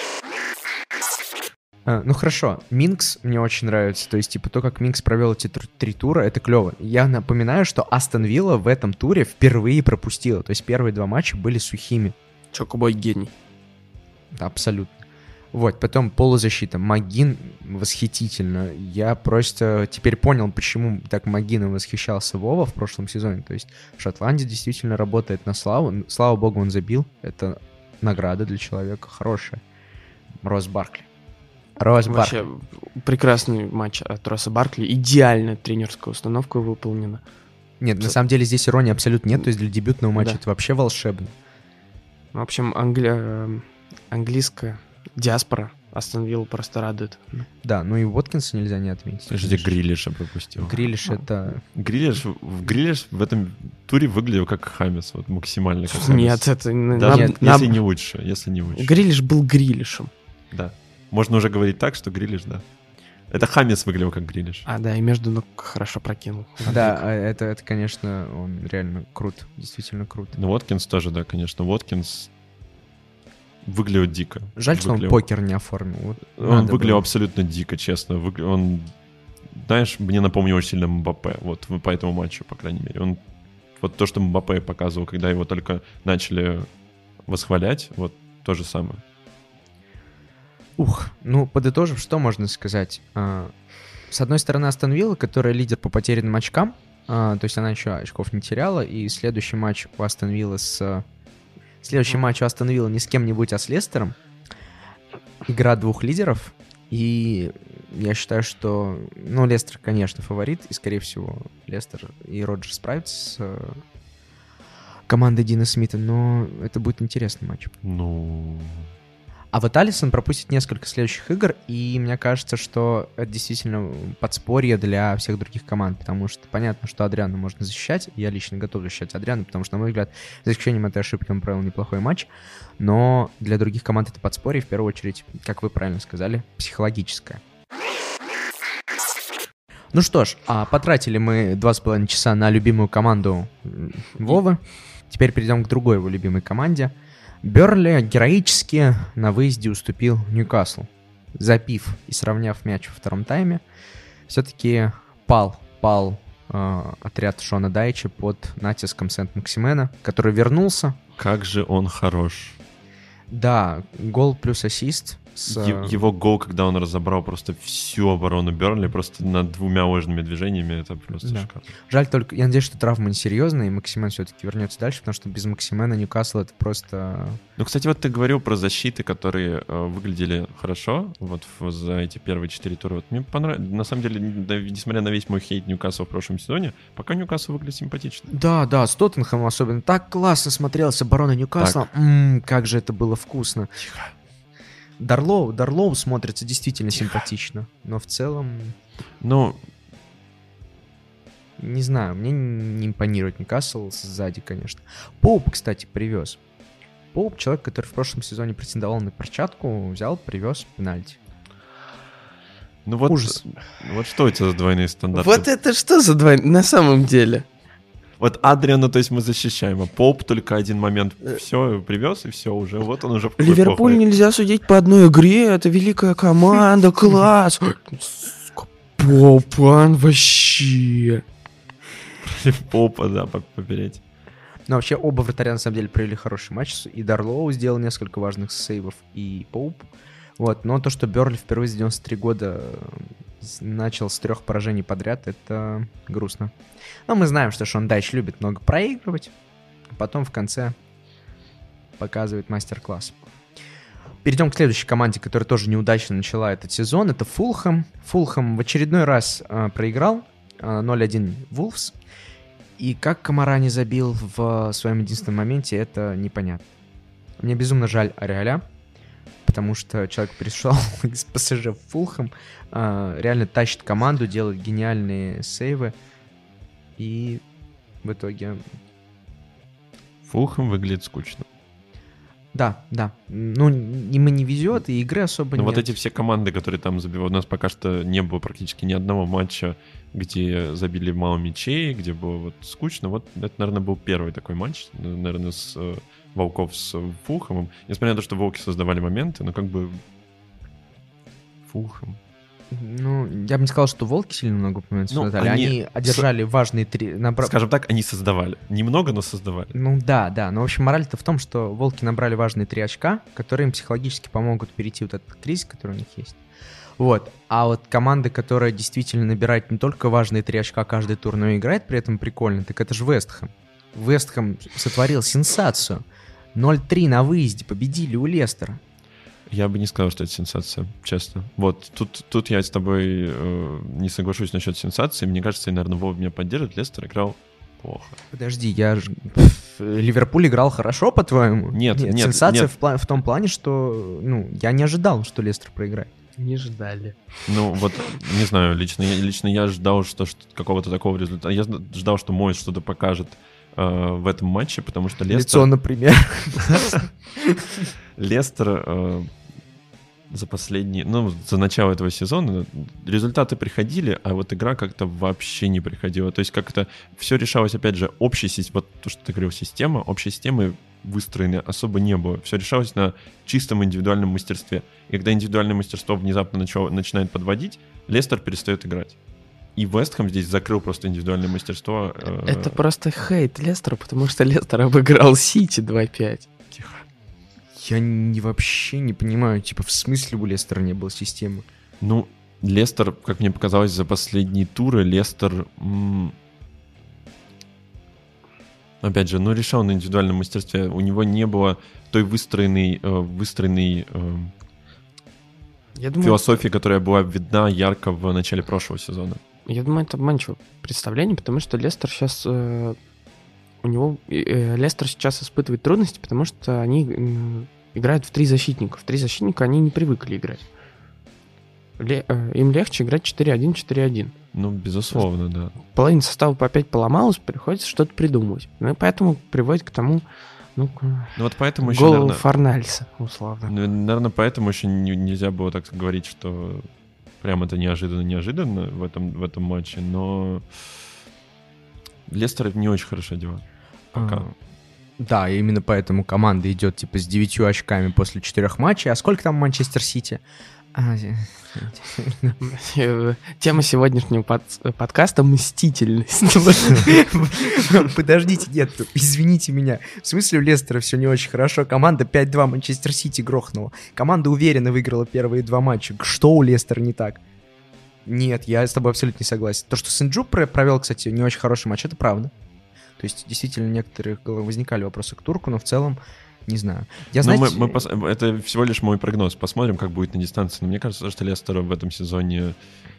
Ну хорошо, Минкс мне очень нравится. То есть, типа, то, как Минкс провел эти 3 тура, это клево. Я напоминаю, что Астон Вилла в этом туре впервые пропустила. То есть первые 2 матча были сухими. Чокобой гений. Абсолютно. Вот, потом полузащита. Магин восхитительно. Я просто теперь понял, почему так Магином восхищался Вова в прошлом сезоне. То есть в Шотландии действительно работает на славу. Слава богу, он забил. Это награда для человека хорошая. Росс Баркли. Вообще прекрасный матч от Росса Баркли. Идеальная тренерская установка выполнена. Нет, на самом деле здесь иронии абсолютно нет. То есть для дебютного матча это вообще волшебно. В общем, английская диаспора Астон Вилла просто радует. Да, ну и Уоткинса нельзя не отметить. Подожди, Грилиша пропустил. Грилиш это... Грилиш в этом туре выглядел как Хамес, вот максимально как Хамес. Нет, это... Если не лучше. Грилиш был Грилишем. Да. Можно уже говорить так, что Грилиш, да. Это Хамес выглядел как Грилиш. Да, и между ног хорошо прокинул. Да, это, конечно, он реально крут, действительно крут. Ну, Уоткинс тоже, да, конечно. Уоткинс выглядел дико. Жаль, что он покер не оформил. Вот он выглядел абсолютно дико, честно. Он, знаешь, мне напомнил очень сильно Мбаппе, вот по этому матчу, по крайней мере. Он вот то, что Мбаппе показывал, когда его только начали восхвалять, вот то же самое. Ну, подытожив, что можно сказать? С одной стороны, Астон Вилла, которая лидер по потерянным очкам, то есть она еще очков не теряла, и следующий матч у Астон Виллы не с кем-нибудь, а с Лестером. Игра двух лидеров, и я считаю, что, ну, Лестер, конечно, фаворит, и, скорее всего, Лестер и Роджерс справятся с командой Дина Смита, но это будет интересный матч. Ну... А вот Алисон пропустит несколько следующих игр, и мне кажется, что это действительно подспорье для всех других команд, потому что понятно, что Адриана можно защищать, я лично готов защищать Адриану, потому что, на мой взгляд, за исключением этой ошибки он провел неплохой матч, но для других команд это подспорье, в первую очередь, как вы правильно сказали, психологическое. Ну что ж, потратили мы 2,5 часа на любимую команду Вовы, теперь перейдем к другой его любимой команде. Бернли героически на выезде уступил Ньюкаслу. Забив и сравняв мяч во втором тайме, все-таки пал отряд Шона Дайча под натиском Сент-Максимена, который вернулся. Как же он хорош. Да, гол плюс ассист. Его гол, когда он разобрал просто всю оборону Бернли, просто над двумя ложными движениями, это просто шикарно. Жаль только, я надеюсь, что травма несерьезная, и Максимен все-таки вернется дальше, потому что без Максимена Ньюкасл это просто... Ну, кстати, вот ты говорил про защиты, которые выглядели хорошо вот за эти первые 4 тура. Вот мне понравилось, на самом деле, несмотря на весь мой хейт Ньюкасла в прошлом сезоне, пока Ньюкасл выглядит симпатично. Да, с Тоттенхэмом особенно. Так классно смотрелась оборона Ньюкасла. Как же это было вкусно. Тихо. Дарлоу смотрится действительно симпатично, но в целом... Ну... Не знаю, мне не импонирует Ньюкасл сзади, конечно. Поуп, кстати, привез. Поуп — человек, который в прошлом сезоне претендовал на перчатку, взял, привез пенальти. Ну вот... Ужас. Вот что это за двойные стандарты? Вот это что за двойные... На самом деле... Вот Адриана, то есть мы защищаем, а Поуп только один момент все привез, и все, уже вот он уже... Ливерпуль нельзя судить по одной игре, это великая команда, класс. Попан вообще. Попа, да, попереть. Но вообще оба вратаря на самом деле провели хороший матч, и Дарлоу сделал несколько важных сейвов, и Поуп. Вот, но то, что Бернли впервые за 93 года начал с 3 поражений подряд, это грустно. Но мы знаем, что Шон Дайч любит много проигрывать, а потом в конце показывает мастер-класс. Перейдем к следующей команде, которая тоже неудачно начала этот сезон. Это Фулхэм. Фулхэм в очередной раз проиграл 0-1 Вулфс. И как Камара не забил в своем единственном моменте, это непонятно. Мне безумно жаль Ареоля, потому что человек перешел из ПСЖ в Фулхэм, реально тащит команду, делает гениальные сейвы, и в итоге... Фулхэм выглядит скучно. Да. Ну, им и не везет, и игры особо нет. Вот эти все команды, которые там забивают, у нас пока что не было практически ни одного матча, где забили мало мячей, где было вот скучно. Вот это, наверное, был первый такой матч, наверное, с Волков с Фулхэмом. Несмотря на то, что Волки создавали моменты, но как бы Фулхэм. Ну, я бы не сказал, что Волки сильно много моментов создали. Они одержали важные 3... Скажем так, они создавали. Немного, но создавали. Ну да. Но, в общем, мораль-то в том, что Волки набрали важные 3 очка, которые им психологически помогут перейти вот этот кризис, который у них есть. Вот. А вот команда, которая действительно набирает не только важные 3 очка каждый тур, но и играет при этом прикольно, так это же Вест Хэм. Вест Хэм сотворил сенсацию. 0-3 на выезде победили у Лестера. Я бы не сказал, что это сенсация, честно. Вот, тут я с тобой не соглашусь насчет сенсации. Мне кажется, и, наверное, Вова меня поддержит. Лестер играл плохо. Подожди, Ливерпуль играл хорошо, по-твоему? Нет. Сенсация в том плане, что я не ожидал, что Лестер проиграет. Не ждали. Ну, вот, не знаю, лично я ждал что какого-то такого результата. Я ждал, что Мойс что-то покажет в этом матче, потому что Лестер... Лицо, например. Лестер за начало этого сезона результаты приходили, а вот игра как-то вообще не приходила. То есть как-то все решалось, опять же, вот то, что ты говорил, общей системы выстроенной особо не было. Все решалось на чистом индивидуальном мастерстве. И когда индивидуальное мастерство внезапно начинает подводить, Лестер перестает играть. И Вест Хэм здесь закрыл просто индивидуальное мастерство. Это просто хейт Лестера, потому что Лестер обыграл Сити 2-5. Тихо. Я вообще не понимаю, типа, в смысле у Лестера не было системы? Ну, Лестер, как мне показалось, за последние туры Лестер... Опять же, решал на индивидуальном мастерстве. У него не было той выстроенной Я думаю, философии, которая была видна ярко в начале прошлого сезона. Я думаю, это обманчивое представление, потому что Лестер сейчас... Лестер сейчас испытывает трудности, потому что они играют в 3 защитника. В 3 защитника они не привыкли играть. Им легче играть 4-1, 4-1. Ну, безусловно, да. Половина состава опять поломалась, приходится что-то придумывать. Ну и поэтому приводит к тому, Вот поэтому еще, голову наверное, Форнальса, условно. наверное, поэтому еще нельзя было так говорить, что прям это неожиданно в этом матче, но Лестер не очень хорошо делает. Пока. Да, именно поэтому команда идет типа с 9 очками после 4 матчей. А сколько там Манчестер Сити? Тема сегодняшнего подкаста — мстительность. Подождите, нет, извините меня. В смысле у Лестера все не очень хорошо? Команда 5-2 Манчестер Сити грохнула. Команда уверенно выиграла первые 2 матча. Что у Лестера не так? Нет, я с тобой абсолютно не согласен. То, что Сен-Джу провел, кстати, не очень хороший матч, это правда. То есть, действительно, некоторых возникали вопросы к Турку, но в целом, не знаю. Это всего лишь мой прогноз. Посмотрим, как будет на дистанции. Но мне кажется, что Лестер в этом сезоне...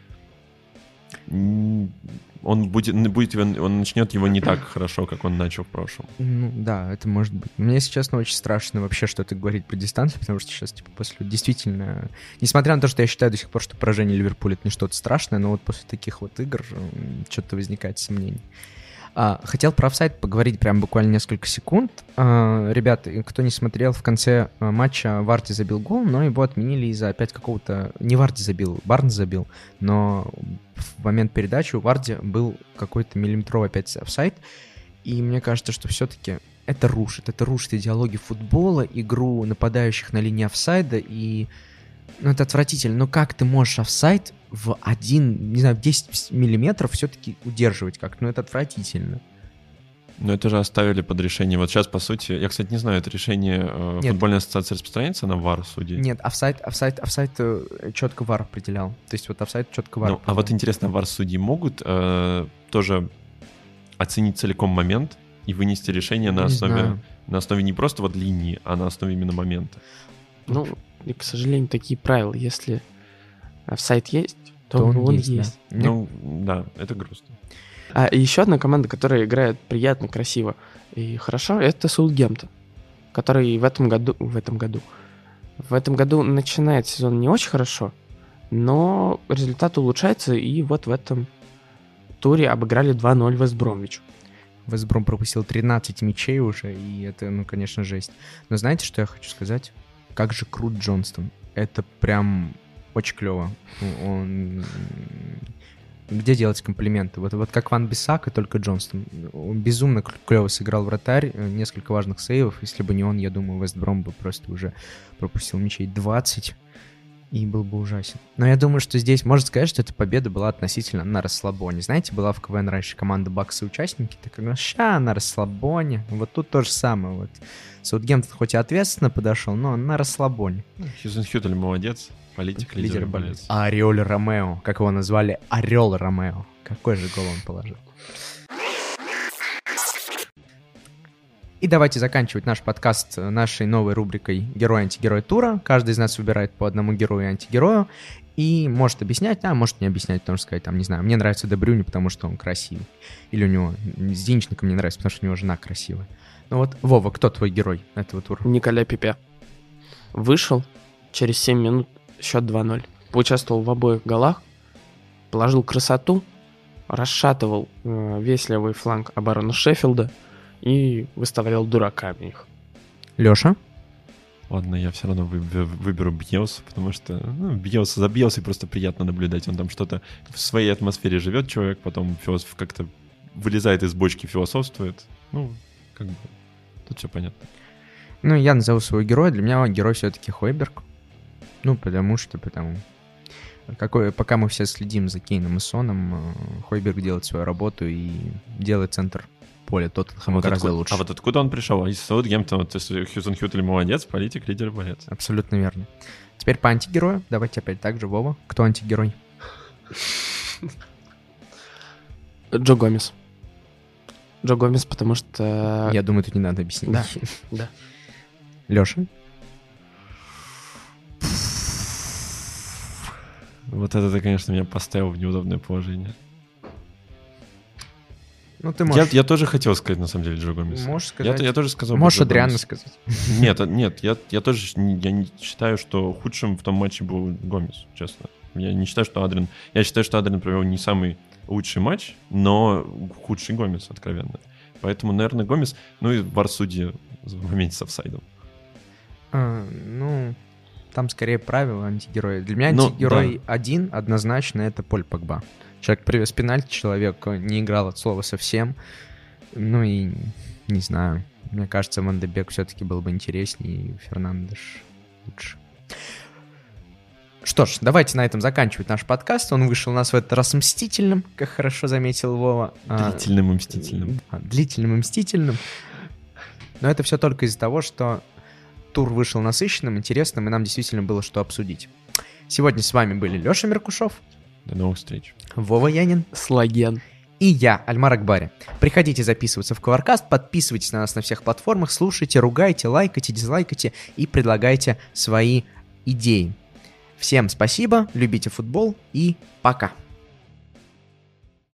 Он начнет его не так хорошо, как он начал в прошлом. Ну, да, это может быть. Мне, если честно, очень страшно вообще что-то говорить про дистанцию, потому что сейчас, типа, после действительно... Несмотря на то, что я считаю до сих пор, что поражение Ливерпуля — это не что-то страшное, но вот после таких вот игр что-то возникает сомнений. Хотел про офсайд поговорить прям буквально несколько секунд. Ребята, кто не смотрел, в конце матча Варди забил гол, но его отменили из-за опять какого-то... Не Варди забил, Барнс забил, но в момент передачи у Варди был какой-то миллиметровый опять офсайд. И мне кажется, что все-таки это рушит идеологию футбола, игру нападающих на линии офсайда, и... Ну, это отвратительно. Но как ты можешь офсайд в 10 миллиметров все-таки удерживать как-то? Ну, это отвратительно. Но это же оставили под решение. Вот сейчас, по сути, я, кстати, не знаю, это решение футбольной ассоциации распространяется на ВАР судей? Нет, офсайд четко ВАР определял. То есть вот офсайд четко ВАР определял. А вот интересно, ВАР судьи могут тоже оценить целиком момент и вынести решение на основе не просто вот линии, а на основе именно момента? Ну, и, к сожалению, такие правила. Если офсайд есть, то он есть. Да. Ну, да, это грустно. А еще одна команда, которая играет приятно, красиво и хорошо, это Саутгемптон, который в этом году начинает сезон не очень хорошо, но результат улучшается, и вот в этом туре обыграли 2-0 Вест Бромвич. Вест Бром пропустил 13 мячей уже, и это, конечно, жесть. Но знаете, что я хочу сказать? Как же крут Джонстон. Это прям очень клево. Он... Где делать комплименты? Вот как Ван Бисака, только Джонстон. Он безумно клево сыграл вратарь, несколько важных сейвов. Если бы не он, я думаю, Вест Бром бы просто уже пропустил мячей 20 и был бы ужасен. Но я думаю, что здесь можно сказать, что эта победа была относительно на расслабоне. Знаете, была в КВН раньше команда Бакса участники, так как ща на расслабоне. Вот тут то же самое. Вот. Саутгемптон хоть и ответственно подошел, но на расслабоне. Хьюзенхютель молодец. Политик, лидер и болец. А Ореол Ромео, как его назвали, Орел Ромео. Какой же гол он положил. И давайте заканчивать наш подкаст нашей новой рубрикой «Герой-антигерой тура». Каждый из нас выбирает по одному герою и антигерою. И может объяснять, а может не объяснять, потому что сказать, там, не знаю, мне нравится Де Брюйне, потому что он красивый. Или у него Зинченко мне нравится, потому что у него жена красивая. Ну вот, Вова, кто твой герой этого тура? Николя Пепе. Вышел, через 7 минут счет 2-0. Поучаствовал в обоих голах, положил красоту, расшатывал весь левый фланг обороны Шеффилда и выставлял дураками их. Лёша? Ладно, я все равно выберу Бьелса, потому что за Бьелсой просто приятно наблюдать. Он там что-то в своей атмосфере живет, человек, потом философ как-то вылезает из бочки, философствует. Ну, как бы, тут все понятно. Ну, я назову своего героя. Для меня герой все-таки Хойберг. Ну, потому. Пока мы все следим за Кейном и Соном, Хойберг делает свою работу и делает центр поля Тоттенхэма гораздо лучше. А вот откуда он пришел? Из Саутгемптона, то есть Хьюстон Хьютель молодец, политик, лидер, борец. Абсолютно верно. Теперь по антигерою. Давайте опять так же, Вова. Кто антигерой? Джо Гомес. Джо Гомес, потому что... Я думаю, тут не надо объяснить. Да, да. Леша? Вот это ты, конечно, меня поставил в неудобное положение. Ну, ты можешь... Я тоже хотел сказать, на самом деле, Джо Гомес. Можешь сказать. Я тоже сказал. Можешь Адриана сказать. Нет, я тоже не считаю, что худшим в том матче был Гомес, честно. Я не считаю, что Адриан... Я считаю, что Адриан провел не самый лучший матч, но худший Гомес, откровенно. Поэтому, наверное, Гомес... Ну и ВАР судьи в моменте с офсайдом. Ну... Там скорее правило антигероя. Для меня антигерой один однозначно это Поль Погба. Человек привез пенальти, человек не играл от слова совсем. Ну и не знаю. Мне кажется, Ван де Бек все-таки был бы интереснее, и Фернандеш лучше. Что ж, давайте на этом заканчивать наш подкаст. Он вышел у нас в этот раз мстительным, как хорошо заметил Вова. Длительным и мстительным. Длительным и мстительным. Но это все только из-за того, что тур вышел насыщенным, интересным, и нам действительно было что обсудить. Сегодня с вами были Леша Меркушев. До новых встреч. Вова Янин. Слаген. И я, Альмар Акбари. Приходите записываться в Коваркаст, подписывайтесь на нас на всех платформах, слушайте, ругайте, лайкайте, дизлайкайте и предлагайте свои идеи. Всем спасибо, любите футбол и пока.